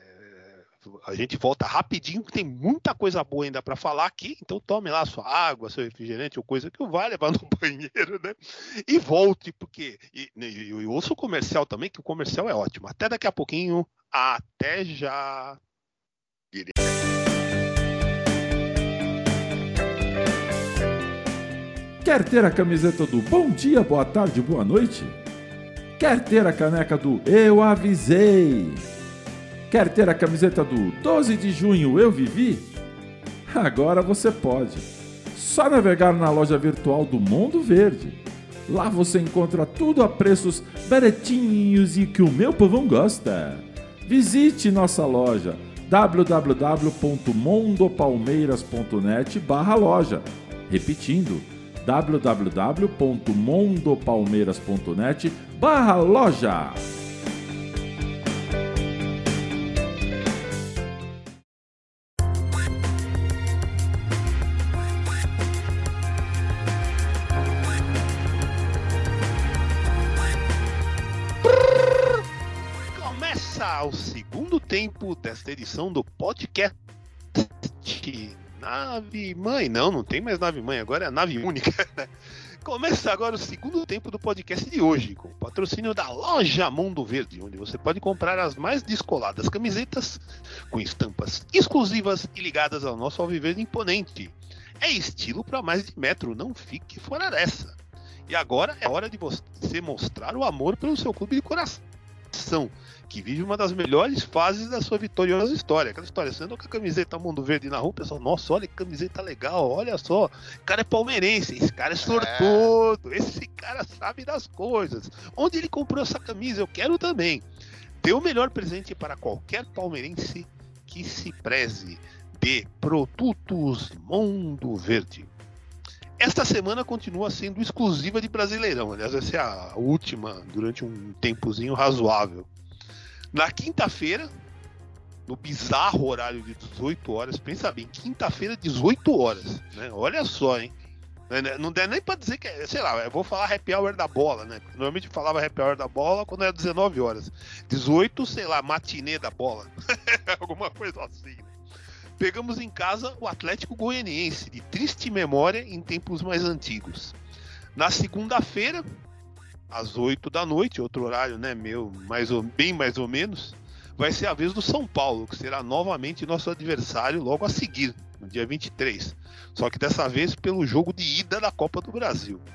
Speaker 2: A gente volta rapidinho, porque tem muita coisa boa ainda para falar aqui. Então tome lá sua água, seu refrigerante ou coisa que vai levar no banheiro, né? E volte, porque... E, e, e ouça o comercial também, que o comercial é ótimo. Até daqui a pouquinho. Até já!
Speaker 4: Quer ter a camiseta do Bom Dia, Boa Tarde, Boa Noite? Quer ter a caneca do Eu Avisei? Quer ter a camiseta do doze de junho Eu Vivi? Agora você pode. Só navegar na loja virtual do Mundo Verde. Lá você encontra tudo a preços baratinhos e que o meu povão gosta. Visite nossa loja w w w ponto mondopalmeiras ponto net barra loja. Repetindo, w w w ponto mondopalmeiras ponto net barra loja.
Speaker 2: Ao segundo tempo desta edição do podcast Nave Mãe. Não, não tem mais Nave Mãe, agora é a Nave Única, né? Começa agora o segundo tempo do podcast de hoje, com o patrocínio da Loja Mundo Verde, onde você pode comprar as mais descoladas camisetas com estampas exclusivas e ligadas ao nosso alviverde imponente. É estilo para mais de metro, não fique fora dessa. E agora é hora de você mostrar o amor pelo seu clube de coração, que vive uma das melhores fases da sua vitoriosa história. Aquela história, você andou com a camiseta Mundo Verde na rua, o pessoal, nossa, olha que camiseta legal, olha só, o cara é palmeirense, esse cara é sortudo, esse cara sabe das coisas. Onde ele comprou essa camisa? Eu quero também. Dê o melhor presente para qualquer palmeirense que se preze. De Produtos Mundo Verde. Esta semana continua sendo exclusiva de Brasileirão, aliás, essa é a última durante um tempozinho razoável. Na quinta-feira, no bizarro horário de dezoito horas, pensa bem, quinta-feira, dezoito horas, né? Olha só, hein? Não dá nem pra dizer que é, sei lá, eu vou falar happy hour da bola, né? Normalmente eu falava happy hour da bola quando era dezenove horas. dezoito, sei lá, matinê da bola. Alguma coisa assim, né? Pegamos em casa o Atlético Goianiense, de triste memória em tempos mais antigos. Na segunda-feira, às oito da noite, outro horário, né, meu, mais ou, bem mais ou menos, vai ser a vez do São Paulo, que será novamente nosso adversário logo a seguir, no dia vinte e três. Só que dessa vez pelo jogo de ida da Copa do Brasil.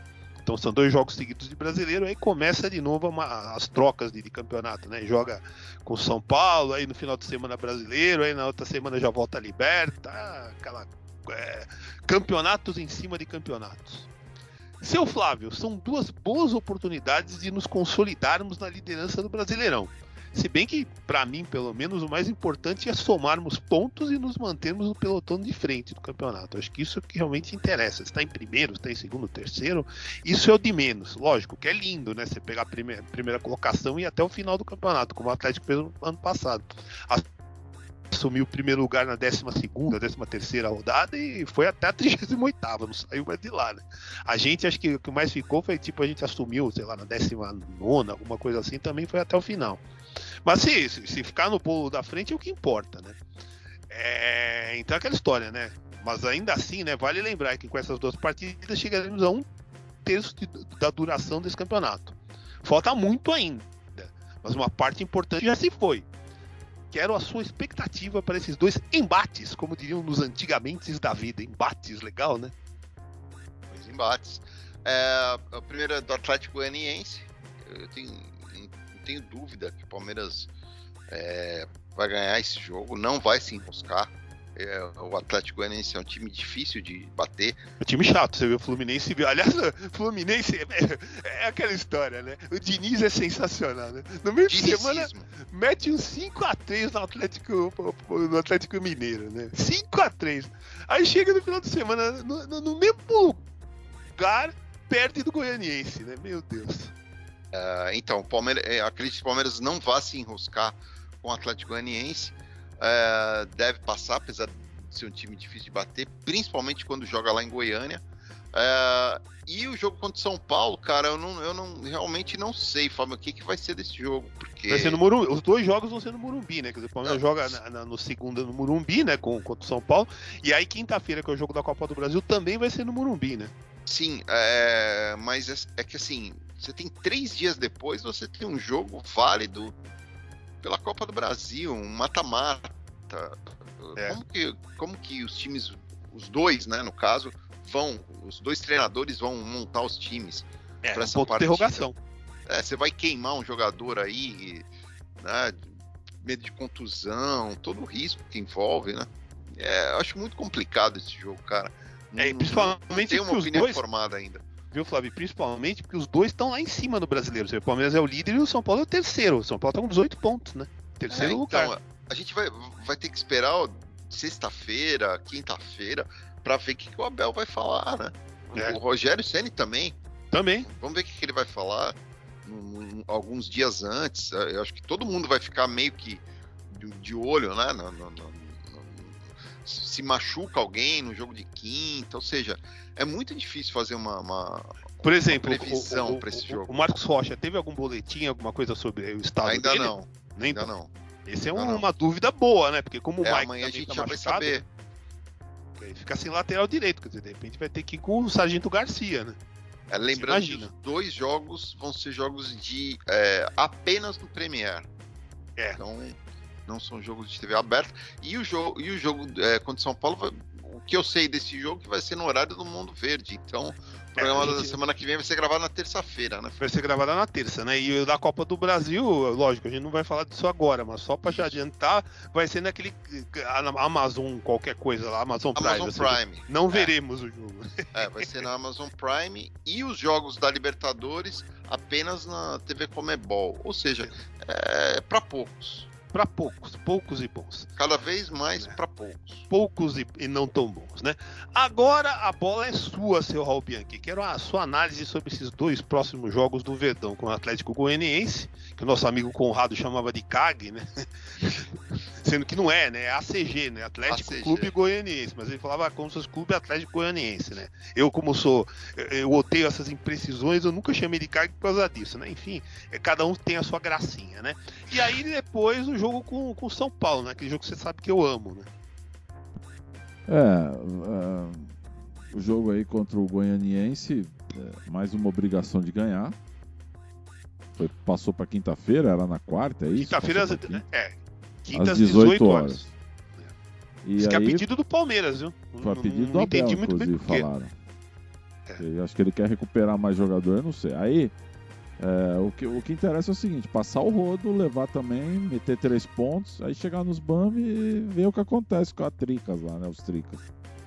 Speaker 2: Então são dois jogos seguidos de brasileiro, aí começa de novo uma, as trocas de, de campeonato, né? Joga com São Paulo, aí no final de semana brasileiro, aí na outra semana já volta a Liberta, aquela é, campeonatos em cima de campeonatos. Seu Flávio, são duas boas oportunidades de nos consolidarmos na liderança do Brasileirão. Se bem que, para mim, pelo menos, o mais importante é somarmos pontos e nos mantermos no pelotão de frente do campeonato. Acho que isso é o que realmente interessa. Está em primeiro, está em segundo, terceiro, isso é o de menos. Lógico que é lindo, né? Você pegar a primeira, primeira colocação e ir até o final do campeonato, como o Atlético fez no ano passado. Assumiu o primeiro lugar na décima segunda, décima terceira rodada e foi até a trigésima oitava, não saiu mais de lá, né? A gente, acho que o que mais ficou foi, tipo, a gente assumiu, sei lá, na décima nona, alguma coisa assim, também foi até o final. Mas se, se ficar no bolo da frente é o que importa, né? É, então é aquela história, né? Mas ainda assim, né, vale lembrar que com essas duas partidas chegaremos a um terço de, da duração desse campeonato. Falta muito ainda, mas uma parte importante já se foi. Quero a sua expectativa para esses dois embates, como diriam nos antigamente da vida. Embates, legal, né?
Speaker 3: Dois embates. É, o primeiro é do Atlético Goianiense. Eu tenho, não tenho dúvida que o Palmeiras é, vai ganhar esse jogo, não vai se enroscar. É, o Atlético Goianiense é um time difícil de bater.
Speaker 2: É um time chato, você viu o Fluminense. Aliás, o Fluminense é, é aquela história, né? O Diniz é sensacional, né? No meio de semana, mete um cinco a três no Atlético, no Atlético Mineiro, né? cinco a três. Aí chega no final de semana, no, no, no mesmo lugar, perde do Goianiense, né? Meu Deus.
Speaker 3: Uh, então, o Palmeiras, acredito que o Palmeiras não vá se enroscar com o Atlético Goianiense. Uh, deve passar, apesar de ser um time difícil de bater, principalmente quando joga lá em Goiânia. Uh, e o jogo contra o São Paulo, cara, eu, não, eu não, realmente não sei, Fábio, o que, que vai ser desse jogo. Porque...
Speaker 2: Vai ser no Morumbi. Os dois jogos vão ser no Morumbi, né? Quer dizer, o Palmeiras não. joga na, na, no segundo no Morumbi, né? Com, contra o São Paulo. E aí, quinta-feira, que é o jogo da Copa do Brasil, também vai ser no Morumbi, né?
Speaker 3: Sim, é, mas é, é que assim, você tem três dias depois, você tem um jogo válido pela Copa do Brasil, um mata-mata. É. Como que, como que os times, os dois, né, no caso, vão, os dois treinadores vão montar os times
Speaker 2: é,
Speaker 3: para
Speaker 2: um
Speaker 3: essa
Speaker 2: ponto de interrogação.
Speaker 3: É, você vai queimar um jogador aí, né, medo de contusão, todo o risco que envolve, né? É, eu acho muito complicado esse jogo, cara.
Speaker 2: É,
Speaker 3: não,
Speaker 2: principalmente
Speaker 3: tem uma opinião
Speaker 2: dois...
Speaker 3: formada ainda.
Speaker 2: Viu, Flávio? Principalmente porque os dois estão lá em cima no brasileiro. O Palmeiras é o líder e o São Paulo é o terceiro. O São Paulo tá com dezoito pontos, né? Terceiro
Speaker 3: é,
Speaker 2: lugar.
Speaker 3: Então, a gente vai, vai ter que esperar ó, sexta-feira, quinta-feira, pra ver o que, que o Abel vai falar, né? É. O Rogério Ceni também.
Speaker 2: Também.
Speaker 3: Vamos ver o que, que ele vai falar no, no, alguns dias antes. Eu acho que todo mundo vai ficar meio que de, de olho, né? No, no, no, se machuca alguém no jogo de quinta, ou seja, é muito difícil fazer uma, uma,
Speaker 2: Por exemplo,
Speaker 3: uma previsão
Speaker 2: para
Speaker 3: esse jogo.
Speaker 2: O Marcos Rocha teve algum boletim, alguma coisa sobre o estado
Speaker 3: Ainda
Speaker 2: dele?
Speaker 3: Não.
Speaker 2: Nem
Speaker 3: Ainda não.
Speaker 2: Esse é
Speaker 3: Ainda
Speaker 2: um,
Speaker 3: não.
Speaker 2: uma dúvida boa, né? Porque como o
Speaker 3: é,
Speaker 2: Mike
Speaker 3: amanhã a gente
Speaker 2: tá
Speaker 3: já
Speaker 2: machucado,
Speaker 3: vai saber.
Speaker 2: Fica sem lateral direito, quer dizer, de repente vai ter que ir com o Sargento Garcia, né?
Speaker 3: É, lembrando que os dois jogos vão ser jogos de é, apenas no Premier.
Speaker 2: É.
Speaker 3: Então não são jogos de T V aberta. E o jogo, e o jogo é, contra São Paulo, vai, o que eu sei desse jogo que vai ser no horário do Mundo Verde. Então, o programa é, gente... da semana que vem vai ser gravado na terça-feira, né?
Speaker 2: Vai ser gravado na terça, né? E o da Copa do Brasil, lógico, a gente não vai falar disso agora, mas só pra já adiantar, vai ser naquele Amazon, qualquer coisa lá, Amazon Prime.
Speaker 3: Amazon Prime.
Speaker 2: Seja, não é. veremos o jogo.
Speaker 3: É, vai ser na Amazon Prime e os jogos da Libertadores apenas na T V Comebol. Ou seja, é pra poucos.
Speaker 2: Para poucos, poucos e bons.
Speaker 3: Cada vez mais é. para poucos.
Speaker 2: Poucos e, e não tão bons, né? Agora a bola é sua, seu Raul Bianchi. Quero a sua análise sobre esses dois próximos jogos do Verdão com o Atlético Goianiense, que o nosso amigo Conrado chamava de C A G, né? Sendo que não é, né? É A C G, né? Atlético A C G. Clube Goianiense. Mas ele falava como se fosse Clube Atlético Goianiense, né? Eu, como sou, eu odeio essas imprecisões, eu nunca chamei de C A G por causa disso, né? Enfim, cada um tem a sua gracinha, né? E aí depois o jogo com o São Paulo, né? Aquele jogo que você sabe que eu amo, né?
Speaker 4: É, uh, o jogo aí contra o Goianiense, é, mais uma obrigação de ganhar. Foi, passou para quinta-feira, era na quarta, é isso?
Speaker 2: Quinta-feira, é, quinta
Speaker 4: às dezoito horas.
Speaker 2: E isso aí, que é a pedido do Palmeiras, viu?
Speaker 4: Foi a pedido do Abel, inclusive, falaram. É. Acho que ele quer recuperar mais jogador, eu não sei. Aí, é, o, que, o que interessa é o seguinte, passar o rodo, levar também, meter três pontos, aí chegar nos B A M e ver o que acontece com a Tricas lá, né? Os Tricas.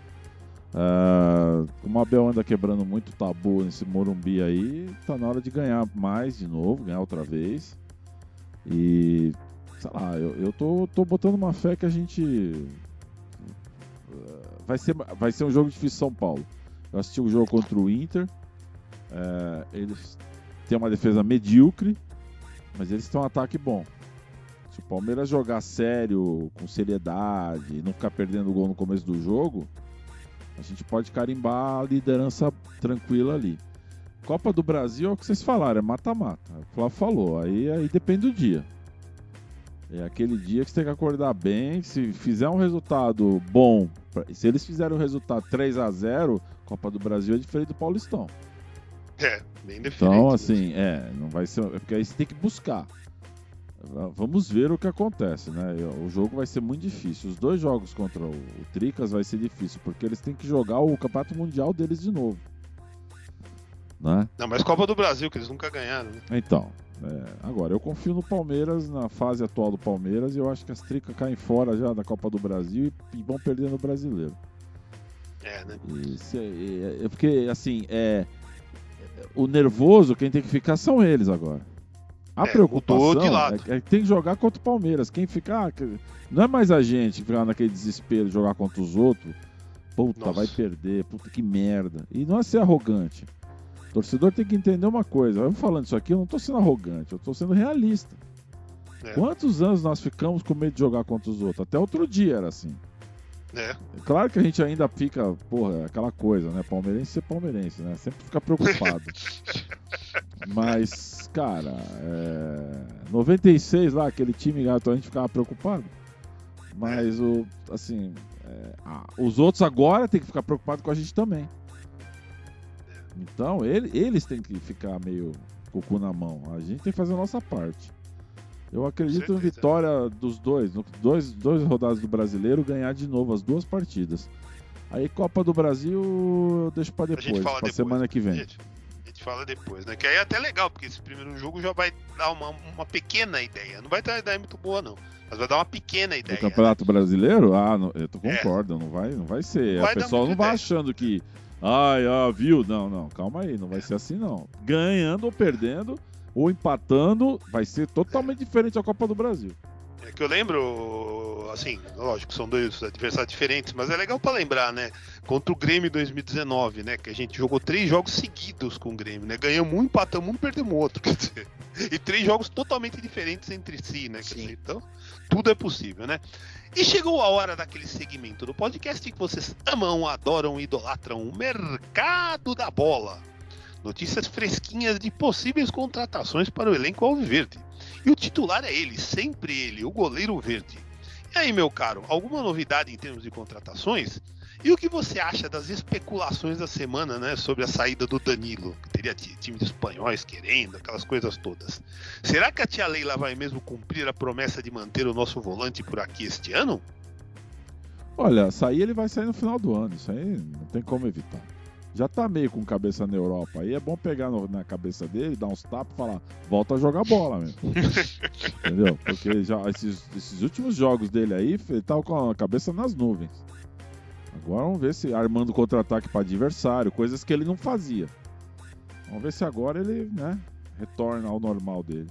Speaker 4: É, como o Abel anda quebrando muito tabu nesse Morumbi aí, tá na hora de ganhar mais de novo, ganhar outra vez. E, sei lá, eu, eu tô, tô botando uma fé que a gente... Vai ser, vai ser um jogo difícil São Paulo. Eu assisti o jogo contra o Inter. É, eles têm uma defesa medíocre, mas eles têm um ataque bom. Se o Palmeiras jogar sério, com seriedade, e não ficar perdendo gol no começo do jogo, a gente pode carimbar a liderança tranquila ali. Copa do Brasil é o que vocês falaram, é mata-mata. O Flávio falou, aí, aí depende do dia. É aquele dia que você tem que acordar bem. Se fizer um resultado bom, se eles fizerem um resultado três a zero, Copa do Brasil é diferente do Paulistão.
Speaker 2: É, bem diferente.
Speaker 4: Então, assim, é, não vai ser. Porque aí você tem que buscar. Vamos ver o que acontece, né? O jogo vai ser muito difícil. Os dois jogos contra o, o Tricas vai ser difícil, porque eles têm que jogar o Campeonato Mundial deles de novo. Né?
Speaker 2: Não, mas Copa do Brasil, que eles nunca ganharam, né?
Speaker 4: Então. É, agora, eu confio no Palmeiras, na fase atual do Palmeiras, e eu acho que as Tricas caem fora já da Copa do Brasil e, e vão perder no Brasileiro.
Speaker 2: É, né?
Speaker 4: E se, é, é, porque, assim, é, o nervoso, quem tem que ficar são eles agora. A é, preocupação de lado. É, é que tem que jogar contra o Palmeiras. Quem ficar. Não é mais a gente ficar naquele desespero de jogar contra os outros. Puta, Nossa. vai perder, puta que merda. E não é ser arrogante. O torcedor tem que entender uma coisa. Eu falando isso aqui, eu não estou sendo arrogante, eu estou sendo realista. É. Quantos anos nós ficamos com medo de jogar contra os outros? Até outro dia era assim.
Speaker 2: É.
Speaker 4: Claro que a gente ainda fica, porra, aquela coisa, né? Palmeirense é palmeirense, né? Sempre fica preocupado. Mas, cara, é... noventa e seis lá, aquele time gato, a gente ficava preocupado. Mas, o, assim, é... ah, os outros agora tem que ficar preocupados com a gente também. Então, ele, eles têm que ficar meio com o cu na mão. A gente tem que fazer a nossa parte. Eu acredito em vitória dos dois, no dois, dois rodadas do Brasileiro, ganhar de novo as duas partidas. Aí Copa do Brasil eu deixo pra depois, pra depois, semana que vem.
Speaker 2: Gente, a gente fala depois, né? Que aí é até legal, porque esse primeiro jogo já vai dar uma, uma pequena ideia. Não vai dar uma ideia muito boa, não. Mas vai dar uma pequena ideia.
Speaker 4: O Campeonato né? Brasileiro? Ah, não, eu tô concordo, é. não, vai, não vai ser. O pessoal não vai achando que... Ai, ah, viu? Não, não, calma aí, não vai ser assim não. Ganhando ou perdendo, ou empatando, vai ser totalmente diferente da Copa do Brasil.
Speaker 2: É que eu lembro, assim, lógico, são dois adversários diferentes, mas é legal pra lembrar, né? Contra o Grêmio em dois mil e dezenove, né? Que a gente jogou três jogos seguidos com o Grêmio, né? Ganhamos um, empatamos um e perdemos outro, quer dizer. E três jogos totalmente diferentes entre si, né? Quer dizer, então, tudo é possível, né? E chegou a hora daquele segmento do podcast que vocês amam, adoram e idolatram, o Mercado da Bola. Notícias fresquinhas de possíveis contratações para o elenco alviverde. E o titular é ele, sempre ele, o goleiro verde. E aí, meu caro, alguma novidade em termos de contratações? E o que você acha das especulações da semana, né, sobre a saída do Danilo? Que teria times espanhóis querendo, aquelas coisas todas. Será que a tia Leila vai mesmo cumprir a promessa de manter o nosso volante por aqui este ano?
Speaker 4: Olha, sair ele vai sair no final do ano, isso aí não tem como evitar. Já tá meio com cabeça na Europa, aí é bom pegar no, na cabeça dele, dar uns tapas e falar, volta a jogar bola mesmo. Entendeu? Porque já, esses, esses últimos jogos dele aí, ele tava com a cabeça nas nuvens. Agora vamos ver se armando contra-ataque para adversário, coisas que ele não fazia. Vamos ver se agora ele, né, retorna ao normal dele.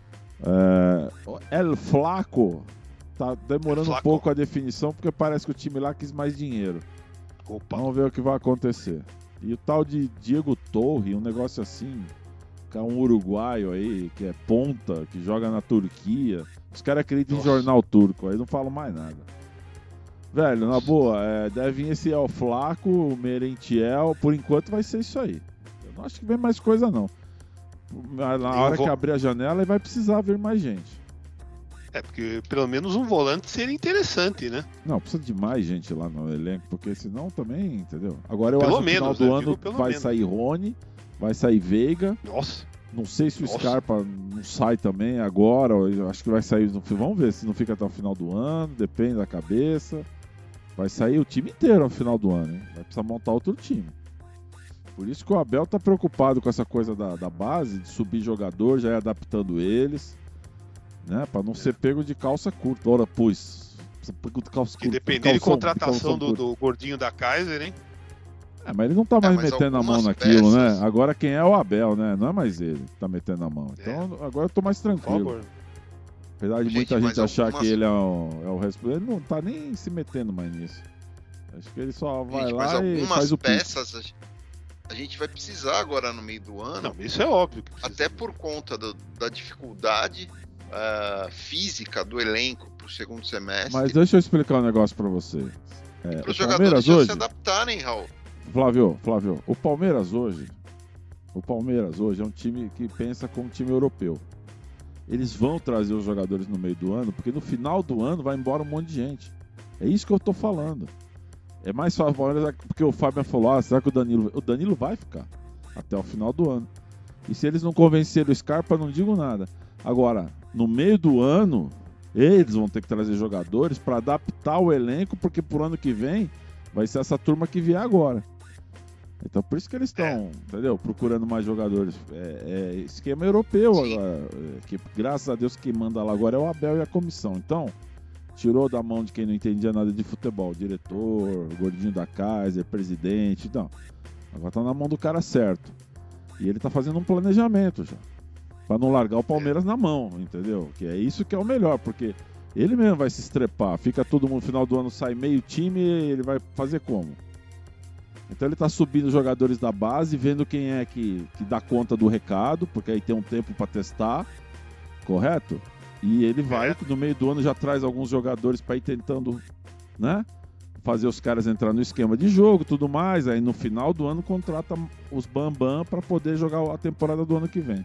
Speaker 4: É, El Flaco tá demorando Flaco. um pouco a definição, porque parece que o time lá quis mais dinheiro. Opa. Vamos ver o que vai acontecer. E o tal de Diego Torre, um negócio assim, que é um uruguaio aí, que é ponta, que joga na Turquia. Os caras acreditam em jornal turco, aí não falam mais nada. Velho, na boa, é, deve vir esse El Flaco, o Merentiel, por enquanto vai ser isso aí. Eu não acho que vem mais coisa não. Na hora vou... que abrir a janela, vai precisar vir mais gente.
Speaker 2: É, porque pelo menos um volante seria interessante, né?
Speaker 4: Não, precisa de mais gente lá no elenco, porque senão também, entendeu? Agora eu
Speaker 2: pelo
Speaker 4: acho que no final
Speaker 2: menos,
Speaker 4: do
Speaker 2: né?
Speaker 4: ano vai menos. sair Rony, vai sair Veiga.
Speaker 2: Nossa.
Speaker 4: Não sei se o
Speaker 2: Nossa.
Speaker 4: Scarpa não sai também agora, eu acho que vai sair no... Vamos ver se não fica até o final do ano, depende da cabeça. Vai sair o time inteiro no final do ano, hein? Vai precisar montar outro time. Por isso que o Abel tá preocupado com essa coisa da, da base, de subir jogador, já ir adaptando eles, né? Pra não é. ser pego de calça curta. Ora, pus.
Speaker 2: De calça que depender de contratação de do, do gordinho da Kaiser, hein?
Speaker 4: É, mas ele não tá mais é, metendo a mão naquilo, peças... né? Agora quem é o Abel, né? Não é mais ele que tá metendo a mão. Então é. agora eu tô mais tranquilo. Apesar de gente, muita gente achar algumas... que ele é o, é o responsável, ele não tá nem se metendo mais nisso. Acho que ele só vai gente, lá e faz o
Speaker 3: peças pico. A gente vai precisar agora no meio do ano.
Speaker 2: Não, isso é óbvio. Que
Speaker 3: até por conta do, da dificuldade uh, física do elenco pro segundo semestre.
Speaker 4: Mas deixa eu explicar um negócio pra você.
Speaker 3: É, para os jogadores já hoje... se adaptarem, Raul.
Speaker 4: Flávio, Flávio, o Palmeiras hoje, o Palmeiras hoje é um time que pensa como um time europeu. Eles vão trazer os jogadores no meio do ano, porque no final do ano vai embora um monte de gente. É isso que eu tô falando. É mais fácil o Palmeiras, porque o Fábio falou, ah, será que o Danilo... O Danilo vai ficar até o final do ano. E se eles não convencerem o Scarpa, não digo nada. Agora, no meio do ano, eles vão ter que trazer jogadores para adaptar o elenco, porque pro ano que vem vai ser essa turma que vier agora. Então por isso que eles estão, é. entendeu? Procurando mais jogadores. É, é esquema europeu agora. É, que, graças a Deus quem manda lá agora é o Abel e a comissão. Então, tirou da mão de quem não entendia nada de futebol. Diretor, gordinho da Kaiser, presidente. Não. Agora tá na mão do cara certo. E ele tá fazendo um planejamento já. Pra não largar o Palmeiras é. na mão, entendeu? Que é isso que é o melhor, porque ele mesmo vai se estrepar. Fica todo mundo no final do ano, sai meio time, ele vai fazer como? Então ele tá subindo jogadores da base, vendo quem é que, que dá conta do recado, porque aí tem um tempo para testar, correto? E ele vai, é. no meio do ano já traz alguns jogadores para ir tentando, né? Fazer os caras entrar no esquema de jogo e tudo mais. Aí no final do ano contrata os bambam para poder jogar a temporada do ano que vem.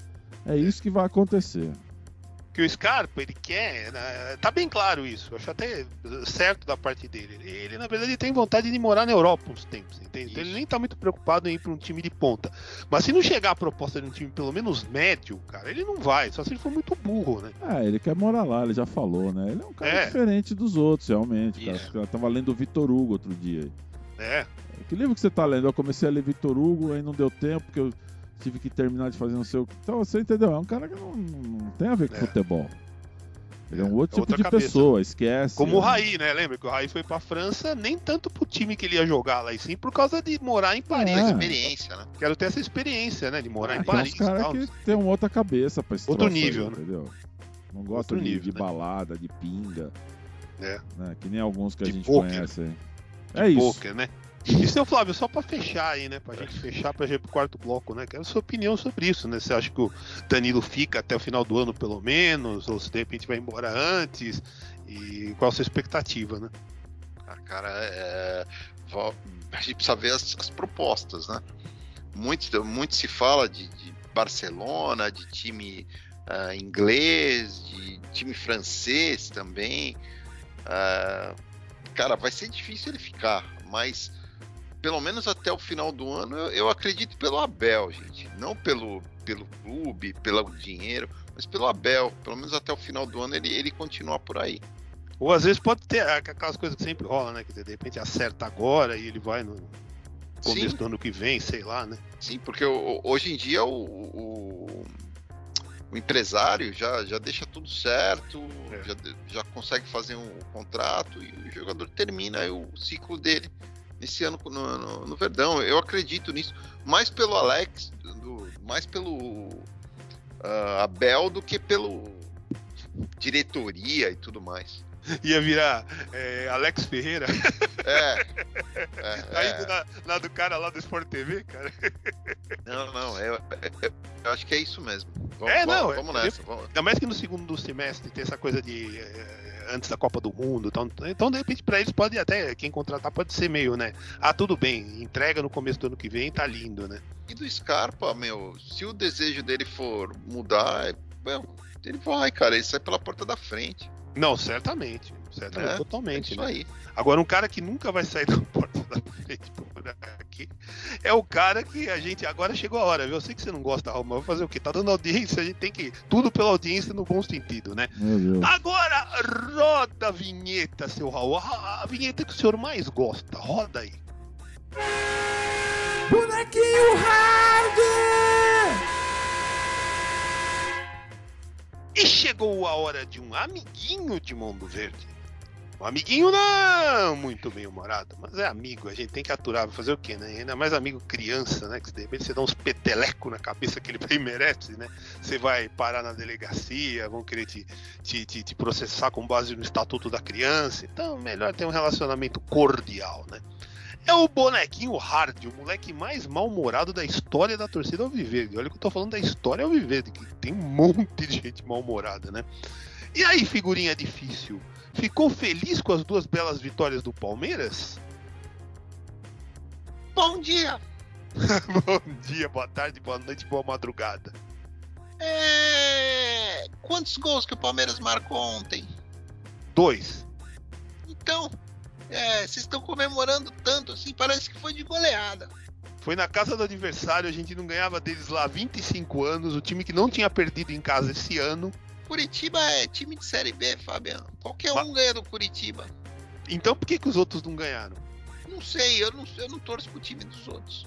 Speaker 4: É isso que vai acontecer.
Speaker 2: Que o Scarpa, ele quer, né? Tá bem claro isso, eu acho até certo da parte dele. Ele, ele na verdade, tem vontade de morar na Europa uns tempos, entende? Então ele nem tá muito preocupado em ir pra um time de ponta. Mas se não chegar a proposta de um time pelo menos médio, cara, ele não vai, só se ele for muito burro, né?
Speaker 4: Ah, ele quer morar lá, ele já falou, né? Ele é um cara é. diferente dos outros, realmente. Cara. Eu tava lendo o Vitor Hugo outro dia.
Speaker 2: É.
Speaker 4: Que livro que você tá lendo? Eu comecei a ler Vitor Hugo, aí não deu tempo, porque eu tive que terminar de fazer não sei o que. Então, você entendeu? É um cara que não, não tem a ver com é. futebol. Ele é um outro é tipo de cabeça. pessoa, esquece.
Speaker 2: Como é. o Raí, né? Lembra que o Raí foi pra França nem tanto pro time que ele ia jogar lá, e sim por causa de morar em Paris.
Speaker 3: É. experiência, né?
Speaker 2: Quero ter essa experiência, né? De morar é, em Paris.
Speaker 4: Tem uns caras que tem uma outra cabeça pra esse
Speaker 2: Outro nível,
Speaker 4: aí,
Speaker 2: né?
Speaker 4: Entendeu? Não gosto de, nível, de né? balada, de pinga.
Speaker 2: É.
Speaker 4: Né? Que nem alguns que
Speaker 2: de
Speaker 4: a gente
Speaker 2: poker.
Speaker 4: conhece aí.
Speaker 2: De
Speaker 4: é isso.
Speaker 2: Poker, né? E seu Flávio, só pra fechar aí, né? Pra gente fechar, pra gente ir pro quarto bloco, né? Quero a sua opinião sobre isso, né? Você acha que o Danilo fica até o final do ano, pelo menos? Ou se de repente vai embora antes? E qual a sua expectativa, né?
Speaker 3: Ah, cara, é... a gente precisa ver as, as propostas, né? Muito, muito se fala de, de Barcelona, de time uh, inglês, de time francês também. Uh, cara, vai ser difícil ele ficar, mas pelo menos até o final do ano eu, eu acredito pelo Abel, gente. Não pelo, pelo clube, pelo dinheiro, mas pelo Abel. Pelo menos até o final do ano ele, ele continua por aí.
Speaker 2: Ou às vezes pode ter aquelas coisas que sempre rolam, né? Que de repente acerta agora e ele vai no começo Sim. do ano que vem, sei lá, né?
Speaker 3: Sim, porque hoje em dia o, o, o empresário já, já deixa tudo certo, é. já, já consegue fazer um contrato e o jogador termina o ciclo dele nesse ano no, no, no Verdão. Eu acredito nisso, mais pelo Alex, do, mais pelo uh, Abel do que pelo diretoria e tudo mais.
Speaker 2: Ia virar é, Alex Ferreira.
Speaker 3: É. é
Speaker 2: Aí
Speaker 3: é.
Speaker 2: Na, na do cara lá do Sport T V, cara.
Speaker 3: Não, não, eu, eu, eu acho que é isso mesmo. Vamos,
Speaker 2: é, não,
Speaker 3: vamos, vamos
Speaker 2: é,
Speaker 3: nessa. Vamos.
Speaker 2: Ainda mais que no segundo semestre tem essa coisa de é, antes da Copa do Mundo. Então, então de repente, pra eles pode até, quem contratar pode ser meio, né? Ah, tudo bem, entrega no começo do ano que vem, tá lindo, né?
Speaker 3: E do Scarpa, meu, se o desejo dele for mudar, meu, ele vai, cara, ele sai pela porta da frente.
Speaker 2: Não, certamente. Certamente,
Speaker 3: é,
Speaker 2: totalmente.
Speaker 3: É isso
Speaker 2: né?
Speaker 3: aí.
Speaker 2: Agora, um cara que nunca vai sair da porta da frente por aqui é o cara que a gente. Agora chegou a hora, viu? Eu sei que você não gosta, Raul, mas vou fazer o quê? Tá dando audiência, a gente tem que. Tudo pela audiência no bom sentido, né? Agora, roda a vinheta, seu Raul. A, a vinheta que o senhor mais gosta. Roda aí.
Speaker 1: Bonequinho
Speaker 4: Bonequinho Hard!
Speaker 2: E chegou a hora de um amiguinho de Mundo Verde. Um amiguinho não muito bem-humorado, mas é amigo, a gente tem que aturar, vai fazer o quê, né? Ainda mais amigo criança, né? Que de repente você dá uns petelecos na cabeça que ele bem merece, né? Você vai parar na delegacia, vão querer te, te, te, te processar com base no Estatuto da Criança, então melhor ter um relacionamento cordial, né? É o Bonequinho Hard, o moleque mais mal-humorado da história da torcida Alviverde. Olha que eu tô falando da história Alviverde, que tem um monte de gente mal-humorada, né? E aí, figurinha difícil, ficou feliz com as duas belas vitórias do Palmeiras?
Speaker 3: Bom dia!
Speaker 2: Bom dia, boa tarde, boa noite, boa madrugada.
Speaker 3: É... Quantos gols que o Palmeiras marcou ontem?
Speaker 2: Dois.
Speaker 3: Então, é, vocês estão comemorando tanto assim, parece que foi de goleada.
Speaker 2: Foi na casa do adversário, a gente não ganhava deles lá há vinte e cinco anos, o time que não tinha perdido em casa esse ano.
Speaker 3: Curitiba é time de Série B, Fabiano. Qualquer um ganha do Curitiba.
Speaker 2: Então por que, que os outros não ganharam?
Speaker 3: Não sei, eu não, eu não torço pro time dos outros.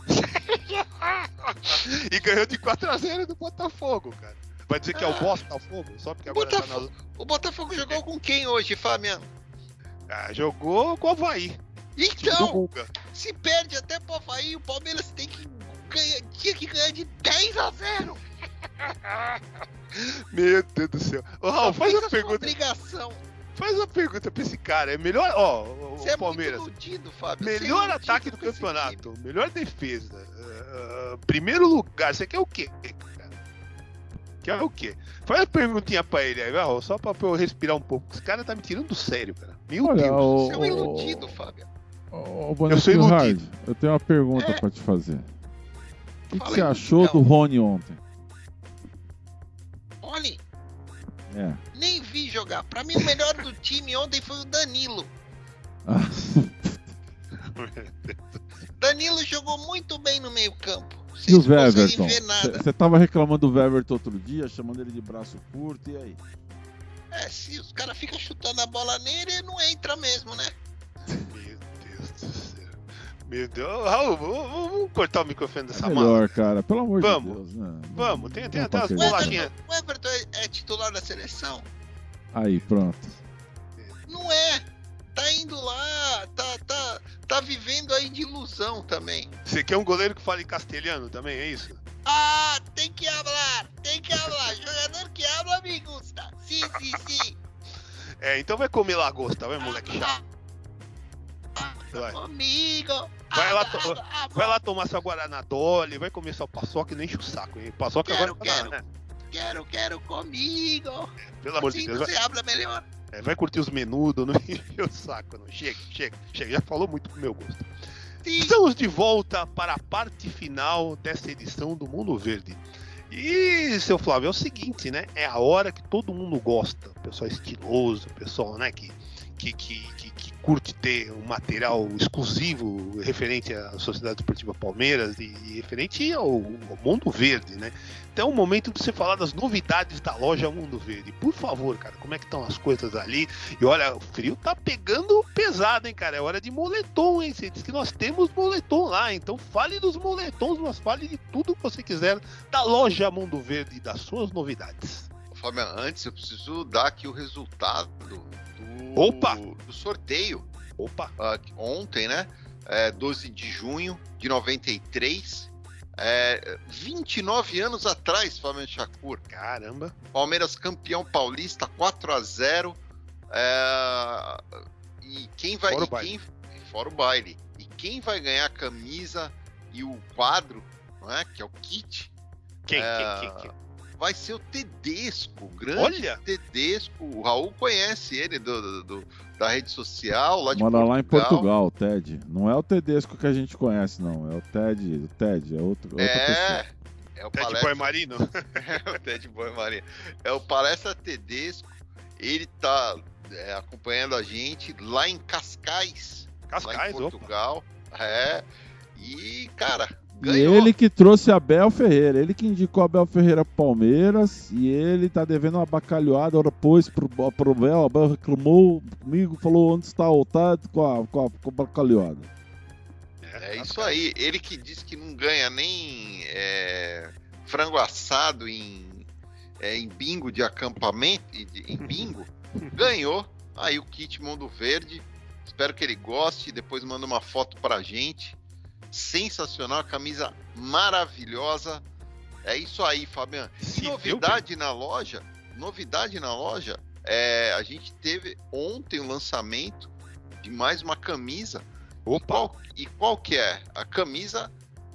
Speaker 2: E ganhou de quatro a zero do Botafogo, cara. Vai dizer que é o Botafogo? Só porque
Speaker 3: o,
Speaker 2: agora
Speaker 3: Botafogo,
Speaker 2: tá na...
Speaker 3: o Botafogo jogou com quem hoje, Fabiano?
Speaker 2: Ah, jogou com o Avaí.
Speaker 3: Então, se perde até pro Avaí, o Palmeiras tem que ganhar, tinha que ganhar de dez a zero.
Speaker 2: Meu Deus do céu. Ô, Raul, faz uma pergunta.
Speaker 3: Obrigação.
Speaker 2: Faz uma pergunta pra esse cara. É melhor, ó, o
Speaker 3: Você
Speaker 2: Palmeiras.
Speaker 3: É muito iludido, Fábio.
Speaker 2: Melhor
Speaker 3: é
Speaker 2: ataque do campeonato, melhor defesa. Uh, primeiro lugar, você quer o quê, cara? Quer o quê? Faz uma perguntinha pra ele aí, Raul, só pra eu respirar um pouco. Esse cara tá me tirando do sério, cara. Meu
Speaker 4: Olha,
Speaker 2: Deus.
Speaker 4: o...
Speaker 3: Você é um iludido, Fábio.
Speaker 4: Ô, Bonequinho Hard, eu tenho uma pergunta é. pra te fazer. O que, que você achou então. do Rony ontem?
Speaker 3: Rony?
Speaker 4: É.
Speaker 3: Nem vi jogar. Pra mim, o melhor do time ontem foi o Danilo. Danilo jogou muito bem no meio campo. Vocês
Speaker 4: e o Weverton? Você tava reclamando do Weverton outro dia, chamando ele de braço curto, e aí?
Speaker 3: É, se os caras ficam chutando a bola nele, ele não entra mesmo, né?
Speaker 2: Meu Deus do céu. Meu Deus. Raul, vamos cortar o microfone dessa
Speaker 4: é
Speaker 2: mala.
Speaker 4: Melhor, cara, pelo amor
Speaker 2: vamos.
Speaker 4: de Deus. Né?
Speaker 2: Vamos, tem, tem até as
Speaker 3: bolachinhas. O Everton é titular da seleção?
Speaker 4: Aí, pronto.
Speaker 3: Não é. Tá indo lá, tá, tá, tá vivendo aí de ilusão também.
Speaker 2: Você quer um goleiro que fale em castelhano também, é isso?
Speaker 3: Ah, tem que falar, tem que falar. Jogador que habla me gusta. Sim, sim, sim.
Speaker 2: É, então vai comer lagosta, vai, moleque chato.
Speaker 3: Vai. Comigo.
Speaker 2: Vai lá, to- vai lá tomar sua Guaraná Dolly, vai comer sua paçoca e não enche o saco, hein? Paçoca
Speaker 3: quero,
Speaker 2: agora
Speaker 3: quero,
Speaker 2: né?
Speaker 3: Quero, quero comigo.
Speaker 2: É, pelo amor
Speaker 3: assim
Speaker 2: de Deus.
Speaker 3: Você
Speaker 2: vai...
Speaker 3: habla melhor.
Speaker 2: É, vai curtir os menudos, não enche o saco, não. Chega, chega, chega. Já falou muito pro meu gosto. Sim. Estamos de volta para a parte final dessa edição do Mundo Verde. E, seu Flávio, é o seguinte, né? É a hora que todo mundo gosta. O pessoal estiloso, o pessoal, né, que, que, que, que, que curte ter um material exclusivo referente à Sociedade Esportiva Palmeiras e, e referente ao, ao Mundo Verde, né? Então é o momento de você falar das novidades da loja Mundo Verde. Por favor, cara, como é que estão as coisas ali? E olha, o frio tá pegando pesado, hein, cara? É hora de moletom, hein? Você disse que nós temos moletom lá, então fale dos moletons, mas fale de tudo que você quiser da loja Mundo Verde e das suas novidades.
Speaker 3: Fábio, antes eu preciso dar aqui o resultado do,
Speaker 2: Opa!
Speaker 3: do sorteio.
Speaker 2: Opa!
Speaker 3: Uh, ontem, né? É, doze de junho de noventa e três. É, vinte e nove anos atrás, Fabiano Chacur.
Speaker 2: Caramba!
Speaker 3: Palmeiras campeão paulista, quatro a zero. É, e quem vai.
Speaker 2: Fora o
Speaker 3: e
Speaker 2: baile.
Speaker 3: Quem, fora o baile. E quem vai ganhar a camisa e o quadro, não é? Que é o kit.
Speaker 2: Quem?
Speaker 3: É,
Speaker 2: quem, quem, quem?
Speaker 3: Vai ser o Tedesco, o grande
Speaker 2: Olha.
Speaker 3: Tedesco. O Raul conhece ele do, do, do, da rede social, lá de
Speaker 4: Mora
Speaker 3: Portugal.
Speaker 4: lá em Portugal, o Ted. Não é o Tedesco que a gente conhece, não. É o Ted, o Ted, é outro, outra
Speaker 3: é,
Speaker 4: pessoa.
Speaker 3: É o
Speaker 2: Ted
Speaker 3: palestra...
Speaker 2: Boy Marino?
Speaker 3: É o Ted Boy Marino. É o Palestra Tedesco. Ele tá é, acompanhando a gente lá em Cascais,
Speaker 2: Cascais,
Speaker 3: lá em Portugal. Opa. É. E, cara...
Speaker 4: E ele que trouxe Abel Ferreira, ele que indicou Abel Ferreira Palmeiras, e ele tá devendo uma bacalhoada, ora pôs pro, pro Abel, o Abel reclamou comigo, falou onde está o Tade com a, com a, com a bacalhoada.
Speaker 3: É, é isso aí. Ele que diz que não ganha nem é, frango assado em, é, em bingo de acampamento, em bingo, ganhou aí o kit Mundo Verde. Espero que ele goste. Depois manda uma foto pra gente. Sensacional, a camisa maravilhosa. É isso aí, Fabiano. E novidade na loja, novidade na loja, é, a gente teve ontem o lançamento de mais uma camisa. Opa! E qual, e qual que é? A camisa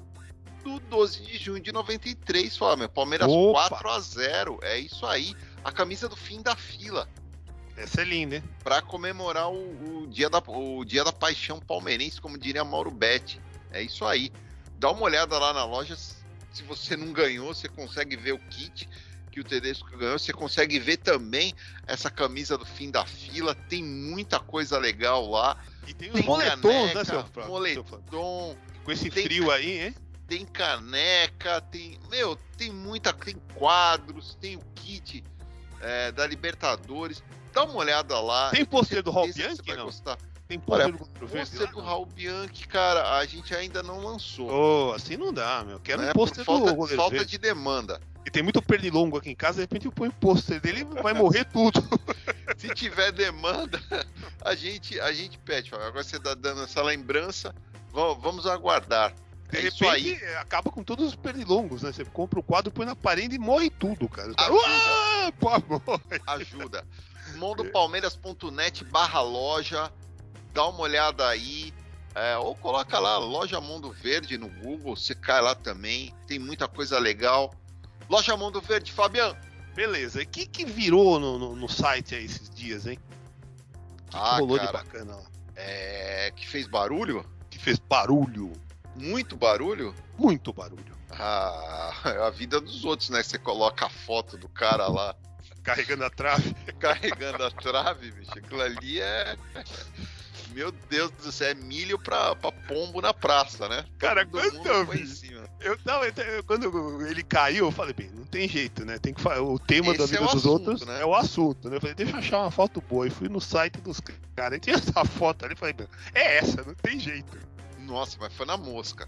Speaker 3: do doze de junho de noventa e três, Fabiano. Palmeiras Opa. quatro a zero. É isso aí. A camisa do fim da fila.
Speaker 2: Essa é linda, hein?
Speaker 3: Para comemorar o, o, dia da, o dia da paixão palmeirense, como diria Mauro Betti. É isso aí. Dá uma olhada lá na loja. Se você não ganhou, você consegue ver o kit que o Tedesco ganhou. Você consegue ver também essa camisa do fim da fila. Tem muita coisa legal lá.
Speaker 2: E tem os tem moletons, caneca, né, seu Flávio?
Speaker 3: Moletom.
Speaker 2: Com esse frio aí, hein?
Speaker 3: Tem caneca, tem... Meu, tem muita... Tem quadros, tem o kit é, da Libertadores. Dá uma olhada lá.
Speaker 2: Tem pôster do Raul Bianchi, não?
Speaker 3: Gostar.
Speaker 2: Tem
Speaker 3: pôster do, do Raul Bianchi, cara, a gente ainda não lançou.
Speaker 2: Oh, assim não dá, meu. Quero
Speaker 3: né?
Speaker 2: um pôster
Speaker 3: do
Speaker 2: goleiro
Speaker 3: falta
Speaker 2: verde.
Speaker 3: de demanda.
Speaker 2: E tem muito pernilongo aqui em casa, de repente eu ponho o pôster dele e vai morrer tudo.
Speaker 3: Se tiver demanda, a gente, a gente pede. Agora você tá dando essa lembrança, vamos aguardar.
Speaker 2: De
Speaker 3: é
Speaker 2: repente,
Speaker 3: isso aí.
Speaker 2: acaba com todos os pernilongos, né? Você compra o quadro, põe na parede e morre tudo, cara.
Speaker 3: Ajuda.
Speaker 2: Ah, pô, morre.
Speaker 3: Ajuda. mondopalmeiras.net barra loja. Dá uma olhada aí. É, ou coloca lá, Loja Mundo Verde no Google. Você cai lá também. Tem muita coisa legal. Loja Mundo Verde, Fabiano.
Speaker 2: Beleza. E o que, que virou no, no, no site aí esses dias, hein? O que,
Speaker 3: ah,
Speaker 2: que rolou
Speaker 3: cara,
Speaker 2: de bacana lá?
Speaker 3: É... Que fez barulho?
Speaker 2: Que fez barulho.
Speaker 3: Muito barulho?
Speaker 2: Muito barulho.
Speaker 3: Ah, é a vida dos outros, né? Você coloca a foto do cara lá.
Speaker 2: Carregando a trave.
Speaker 3: Carregando a trave, bicho. Aquilo ali é... Meu Deus do céu, é milho pra, pra pombo na praça, né?
Speaker 2: Cara, quando eu vi, eu tava, eu, quando ele caiu, eu falei, bem, não tem jeito, né? Tem que falar, o tema
Speaker 3: Esse
Speaker 2: da vida
Speaker 3: é
Speaker 2: dos
Speaker 3: assunto,
Speaker 2: outros
Speaker 3: né?
Speaker 2: é o assunto, né? Eu falei, deixa eu achar uma foto boa. E fui no site dos caras, e tinha essa foto ali, falei, é essa, não tem jeito.
Speaker 3: Nossa, mas foi na mosca.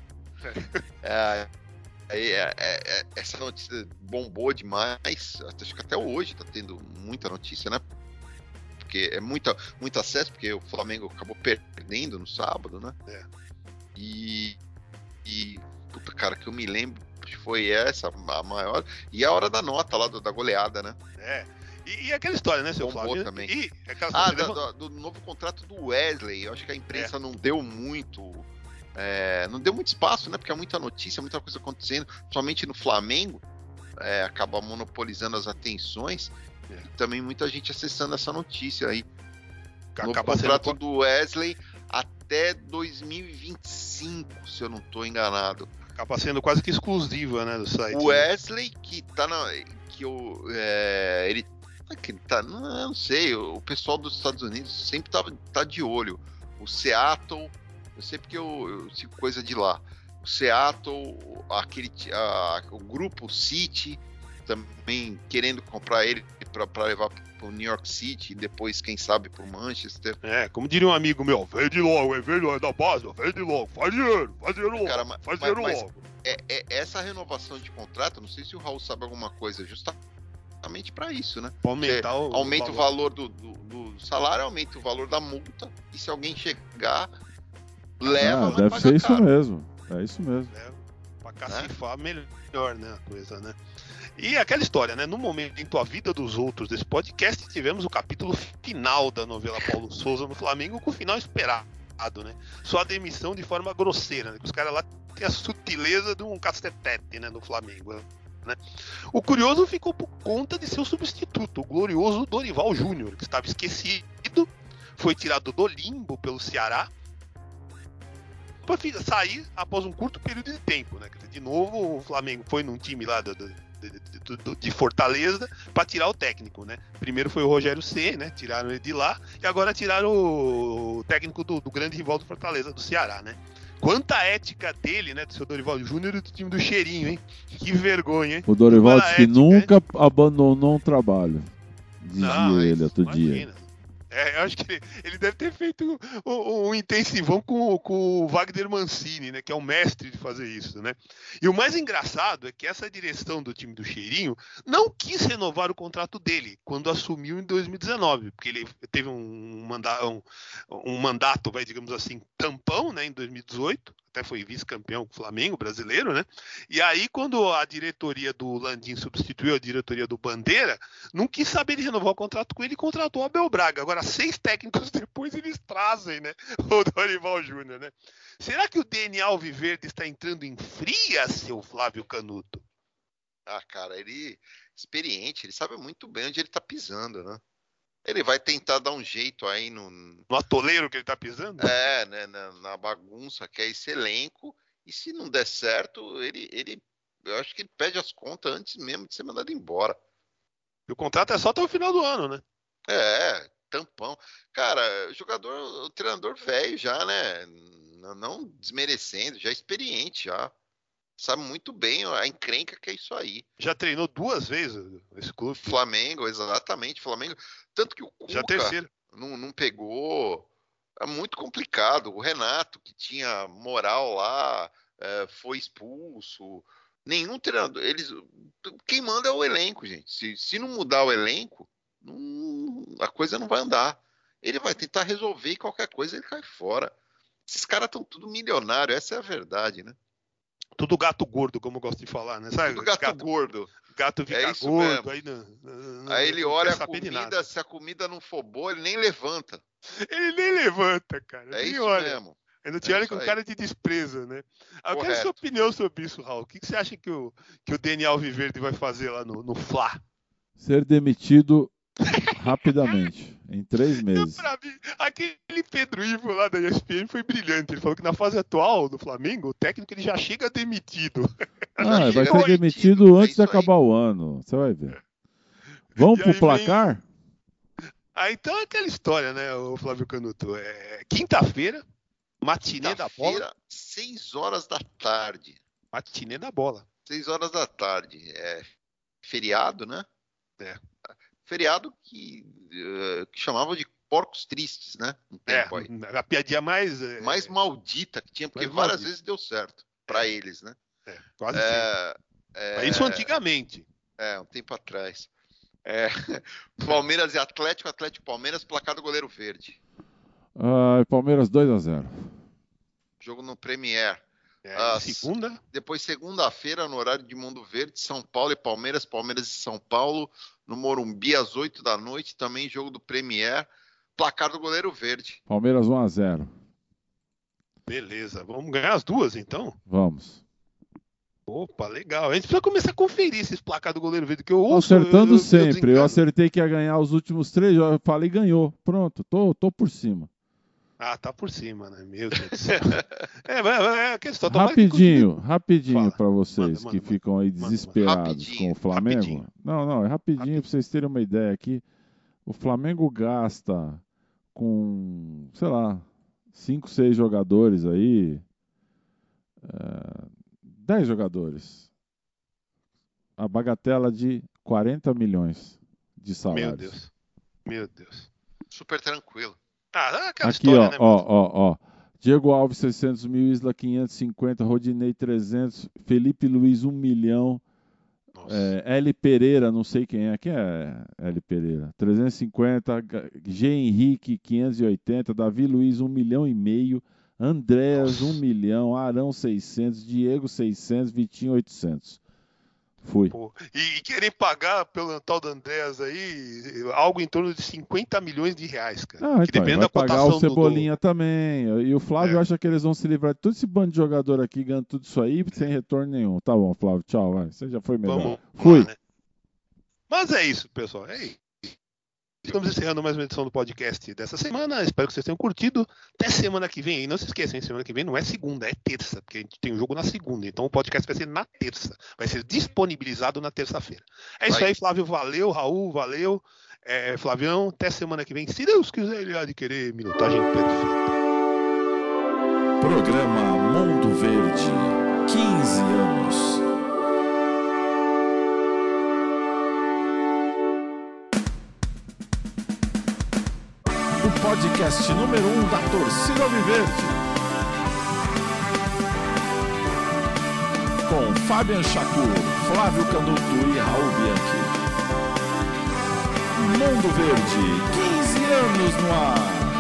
Speaker 3: É, é, é, é, essa notícia bombou demais. Acho que até hoje tá tendo muita notícia, né? Porque é muita, muito acesso, porque o Flamengo acabou perdendo no sábado, né?
Speaker 2: É.
Speaker 3: E, e, puta, cara, que eu me lembro, foi essa a maior. E a hora da nota lá, do, da goleada, né?
Speaker 2: É. E, e aquela história, né, seu
Speaker 3: Bombou
Speaker 2: Flávio?
Speaker 3: Também.
Speaker 2: E,
Speaker 3: ah, do, do, do novo contrato do Wesley. Eu acho que a imprensa é. não deu muito. É, não deu muito espaço, né? Porque é muita notícia, muita coisa acontecendo, principalmente no Flamengo. É, acaba monopolizando as atenções. É. E também muita gente acessando essa notícia aí. No contrato sendo... do Wesley até dois mil e vinte e cinco, se eu não estou enganado.
Speaker 2: Acaba sendo quase que exclusiva, né, do site.
Speaker 3: O Wesley, que tá na... que eu, é, ele que tá, não, não sei, o pessoal dos Estados Unidos sempre tá, tá de olho. O Seattle, eu sei porque eu, eu sigo coisa de lá. O Seattle, aquele, a, o grupo City também querendo comprar ele para levar para o New York City e depois, quem sabe, para o Manchester.
Speaker 2: É, como diria um amigo meu, vende logo, é vende logo, é da base, vende logo, faz dinheiro, faz dinheiro logo,
Speaker 3: Cara, mas,
Speaker 2: faz
Speaker 3: mas,
Speaker 2: dinheiro
Speaker 3: mas
Speaker 2: logo.
Speaker 3: É, é, essa renovação de contrato, não sei se o Raul sabe alguma coisa, justamente para isso, né?
Speaker 2: Pra aumentar o,
Speaker 3: aumenta o valor, o valor do, do, do salário, aumenta o valor da multa, e se alguém chegar, leva,
Speaker 4: ah,
Speaker 3: mas
Speaker 4: deve
Speaker 3: paga
Speaker 4: ser isso
Speaker 3: caro.
Speaker 4: mesmo, é isso mesmo.
Speaker 2: É, pra cacifar, é? melhor, né, a coisa, né? E aquela história, né? No momento A Vida dos Outros desse podcast, tivemos o capítulo final da novela Paulo Souza no Flamengo, com o final esperado, né? Só a demissão de forma grosseira, né? Que os caras lá têm a sutileza de um cacetete, né? No Flamengo, né? O curioso ficou por conta de seu substituto, o glorioso Dorival Júnior, que estava esquecido, foi tirado do limbo pelo Ceará, para sair após um curto período de tempo, né? De novo, o Flamengo foi num time lá do, do De, de, de Fortaleza para tirar o técnico, né? Primeiro foi o Rogério Ceni, né? Tiraram ele de lá e agora tiraram o técnico do, do grande rival do Fortaleza, do Ceará, né? Quanta ética dele, né? Do seu Dorival Júnior e do time do Cheirinho, hein? Que vergonha, hein?
Speaker 4: O Dorival disse que
Speaker 2: ética,
Speaker 4: nunca
Speaker 2: hein?
Speaker 4: abandonou um trabalho. Dizia
Speaker 2: Não,
Speaker 4: ele outro
Speaker 2: imagina.
Speaker 4: dia.
Speaker 2: É, eu acho que ele, ele deve ter feito um, um intensivão com, com o Wagner Mancini, né? Que é o mestre de fazer isso, né? E o mais engraçado é que essa direção do time do Cheirinho não quis renovar o contrato dele quando assumiu em dois mil e dezenove, porque ele teve um, manda, um, um mandato, vai, digamos assim, tampão, né? Em dois mil e dezoito, até foi vice-campeão com o Flamengo brasileiro, né? E aí, quando a diretoria do Landim substituiu a diretoria do Bandeira, não quis saber de renovar o contrato com ele e contratou o Abel Braga. Agora, seis técnicos depois, eles trazem, né, o Dorival Júnior, né? Será que o D N A Alviverde está entrando em fria, seu Flávio Canuto?
Speaker 3: Ah, cara, ele experiente, ele sabe muito bem onde ele está pisando, né? Ele vai tentar dar um jeito aí no...
Speaker 2: No atoleiro que ele está pisando?
Speaker 3: É, né, na, na bagunça que é esse elenco, e se não der certo, ele, ele, eu acho que ele pede as contas antes mesmo de ser mandado embora.
Speaker 2: E o contrato é só até o final do ano, né?
Speaker 3: É, tampão. Cara, jogador, o treinador velho já, né? Não, não desmerecendo, já experiente já. Sabe muito bem a encrenca que é isso aí.
Speaker 2: Já treinou duas vezes esse clube.
Speaker 3: Flamengo, exatamente, Flamengo. Tanto que o Cuca
Speaker 2: já terceiro.
Speaker 3: Não, não pegou. É muito complicado. O Renato, que tinha moral lá, é, foi expulso. Nenhum treinador. Eles, quem manda é o elenco, gente. Se, se não mudar o elenco, não, a coisa não vai andar. Ele vai tentar resolver e qualquer coisa ele cai fora. Esses caras estão tudo milionário, essa é a verdade, né?
Speaker 2: Tudo gato gordo, como eu gosto de falar, né? Sabe?
Speaker 3: Tudo gato, gato gordo.
Speaker 2: Gato fica
Speaker 3: é
Speaker 2: gordo,
Speaker 3: mesmo.
Speaker 2: aí, não, não,
Speaker 3: aí ele
Speaker 2: não
Speaker 3: olha a comida, se a comida não for boa, ele nem levanta.
Speaker 2: Ele nem levanta, cara.
Speaker 3: É
Speaker 2: nem
Speaker 3: isso
Speaker 2: olha.
Speaker 3: mesmo.
Speaker 2: Ainda te
Speaker 3: é
Speaker 2: olha com cara de desprezo, né? Eu
Speaker 3: Correto.
Speaker 2: quero sua opinião sobre isso, Raul. O que você acha que o, que o D N A Alviverde vai fazer lá no, no Fla?
Speaker 4: Ser demitido rapidamente, em três meses.
Speaker 2: Pra mim, aquele Pedro Ivo lá da E S P N foi brilhante. Ele falou que na fase atual do Flamengo, o técnico ele já chega demitido.
Speaker 4: Ah,
Speaker 2: já
Speaker 4: vai
Speaker 2: chega
Speaker 4: ser demitido
Speaker 3: demitido.
Speaker 4: antes
Speaker 3: é
Speaker 4: de acabar
Speaker 3: aí.
Speaker 4: o ano. Você vai ver. Vamos
Speaker 2: E
Speaker 4: pro
Speaker 2: aí
Speaker 4: placar?
Speaker 2: Vem... Ah, então é aquela história, né, o Flávio Canuto? É... Quinta-feira, matinê
Speaker 3: Quinta
Speaker 2: da bola.
Speaker 3: seis horas da tarde.
Speaker 2: Matinê da bola.
Speaker 3: seis horas da tarde. É feriado, né?
Speaker 2: É.
Speaker 3: Feriado que, uh, que chamavam de porcos tristes, né? Um tempo
Speaker 2: é,
Speaker 3: aí.
Speaker 2: A piadinha mais... É...
Speaker 3: mais maldita que tinha, porque
Speaker 2: mais
Speaker 3: várias
Speaker 2: maldita.
Speaker 3: vezes deu certo para
Speaker 2: é.
Speaker 3: eles, né?
Speaker 2: É, quase
Speaker 3: é,
Speaker 2: é... Isso antigamente.
Speaker 3: É, um tempo atrás. É, Palmeiras e Atlético, Atlético e Palmeiras, placar do goleiro verde.
Speaker 4: Uh, Palmeiras dois a zero.
Speaker 3: Jogo no Premier.
Speaker 2: É,
Speaker 3: ah,
Speaker 2: segunda.
Speaker 3: Depois, segunda-feira, no horário de Mundo Verde, São Paulo e Palmeiras, Palmeiras e São Paulo, no Morumbi, às oito da noite, também jogo do Premier. Placar do goleiro verde.
Speaker 4: Palmeiras um a zero.
Speaker 2: Beleza, vamos ganhar as duas então?
Speaker 4: Vamos.
Speaker 2: Opa, legal. A gente precisa começar a conferir esses placar do goleiro verde que eu ouço.
Speaker 4: Acertando
Speaker 2: eu, eu,
Speaker 4: sempre.
Speaker 2: Eu,
Speaker 4: eu acertei que ia ganhar os últimos três, eu falei ganhou. Pronto, tô, tô por cima.
Speaker 2: Ah, tá por cima, né? Meu Deus do céu. é, é, é questão.
Speaker 4: Rapidinho, que rapidinho para vocês
Speaker 2: manda,
Speaker 4: que
Speaker 2: manda,
Speaker 4: ficam aí desesperados
Speaker 3: rapidinho,
Speaker 4: com o Flamengo.
Speaker 2: Rapidinho.
Speaker 4: Não, não, é rapidinho para vocês terem uma ideia aqui. O Flamengo gasta com, sei lá, cinco, seis jogadores aí, é, dez jogadores. A bagatela de quarenta milhões de salários.
Speaker 2: Meu Deus. Meu Deus.
Speaker 3: Super tranquilo.
Speaker 2: Ah, aquela
Speaker 4: aqui,
Speaker 2: história,
Speaker 4: ó,
Speaker 2: né,
Speaker 4: ó, ó, ó. Diego Alves, seiscentos mil, Isla, quinhentos e cinquenta, Rodinei, trezentos, Felipe Luiz, um milhão, é, L. Pereira, não sei quem é, quem é L. Pereira? trezentos e cinquenta, G. Henrique, quinhentos e oitenta, Davi Luiz, um milhão e meio, Andréas, um milhão, Arão, seiscentos, Diego, seiscentos, Vitinho, oitocentos. Fui.
Speaker 2: Pô, e, e querem pagar pelo tal do Andréas aí algo em torno de cinquenta milhões de reais, cara.
Speaker 4: Ah,
Speaker 2: que
Speaker 4: então,
Speaker 2: depende
Speaker 4: vai
Speaker 2: da
Speaker 4: pagar
Speaker 2: cotação
Speaker 4: o Cebolinha
Speaker 2: do...
Speaker 4: também. E o Flávio é. acha que eles vão se livrar de todo esse bando de jogador aqui, ganhando tudo isso aí, sem retorno nenhum. Tá bom, Flávio, tchau, vai. Você já foi melhor.
Speaker 2: Vamos
Speaker 4: Fui.
Speaker 2: Lá, né? Mas é isso, pessoal. É isso. Estamos encerrando mais uma edição do podcast dessa semana. Espero que vocês tenham curtido. Até semana que vem. E não se esqueçam, semana que vem não é segunda, é terça, porque a gente tem um jogo na segunda. Então o podcast vai ser na terça. Vai ser disponibilizado na terça-feira. É isso aí, Flávio. Valeu, Raul, valeu. É, Flavião, até semana que vem. Se Deus quiser, ele há de querer minutagem perfeita.
Speaker 1: Programa Mundo Verde. quinze anos. podcast número um da torcida alviverde. Com Fabian Chacur, Flávio Canuto e Raul Bianchi. Mundo Verde, quinze anos no ar.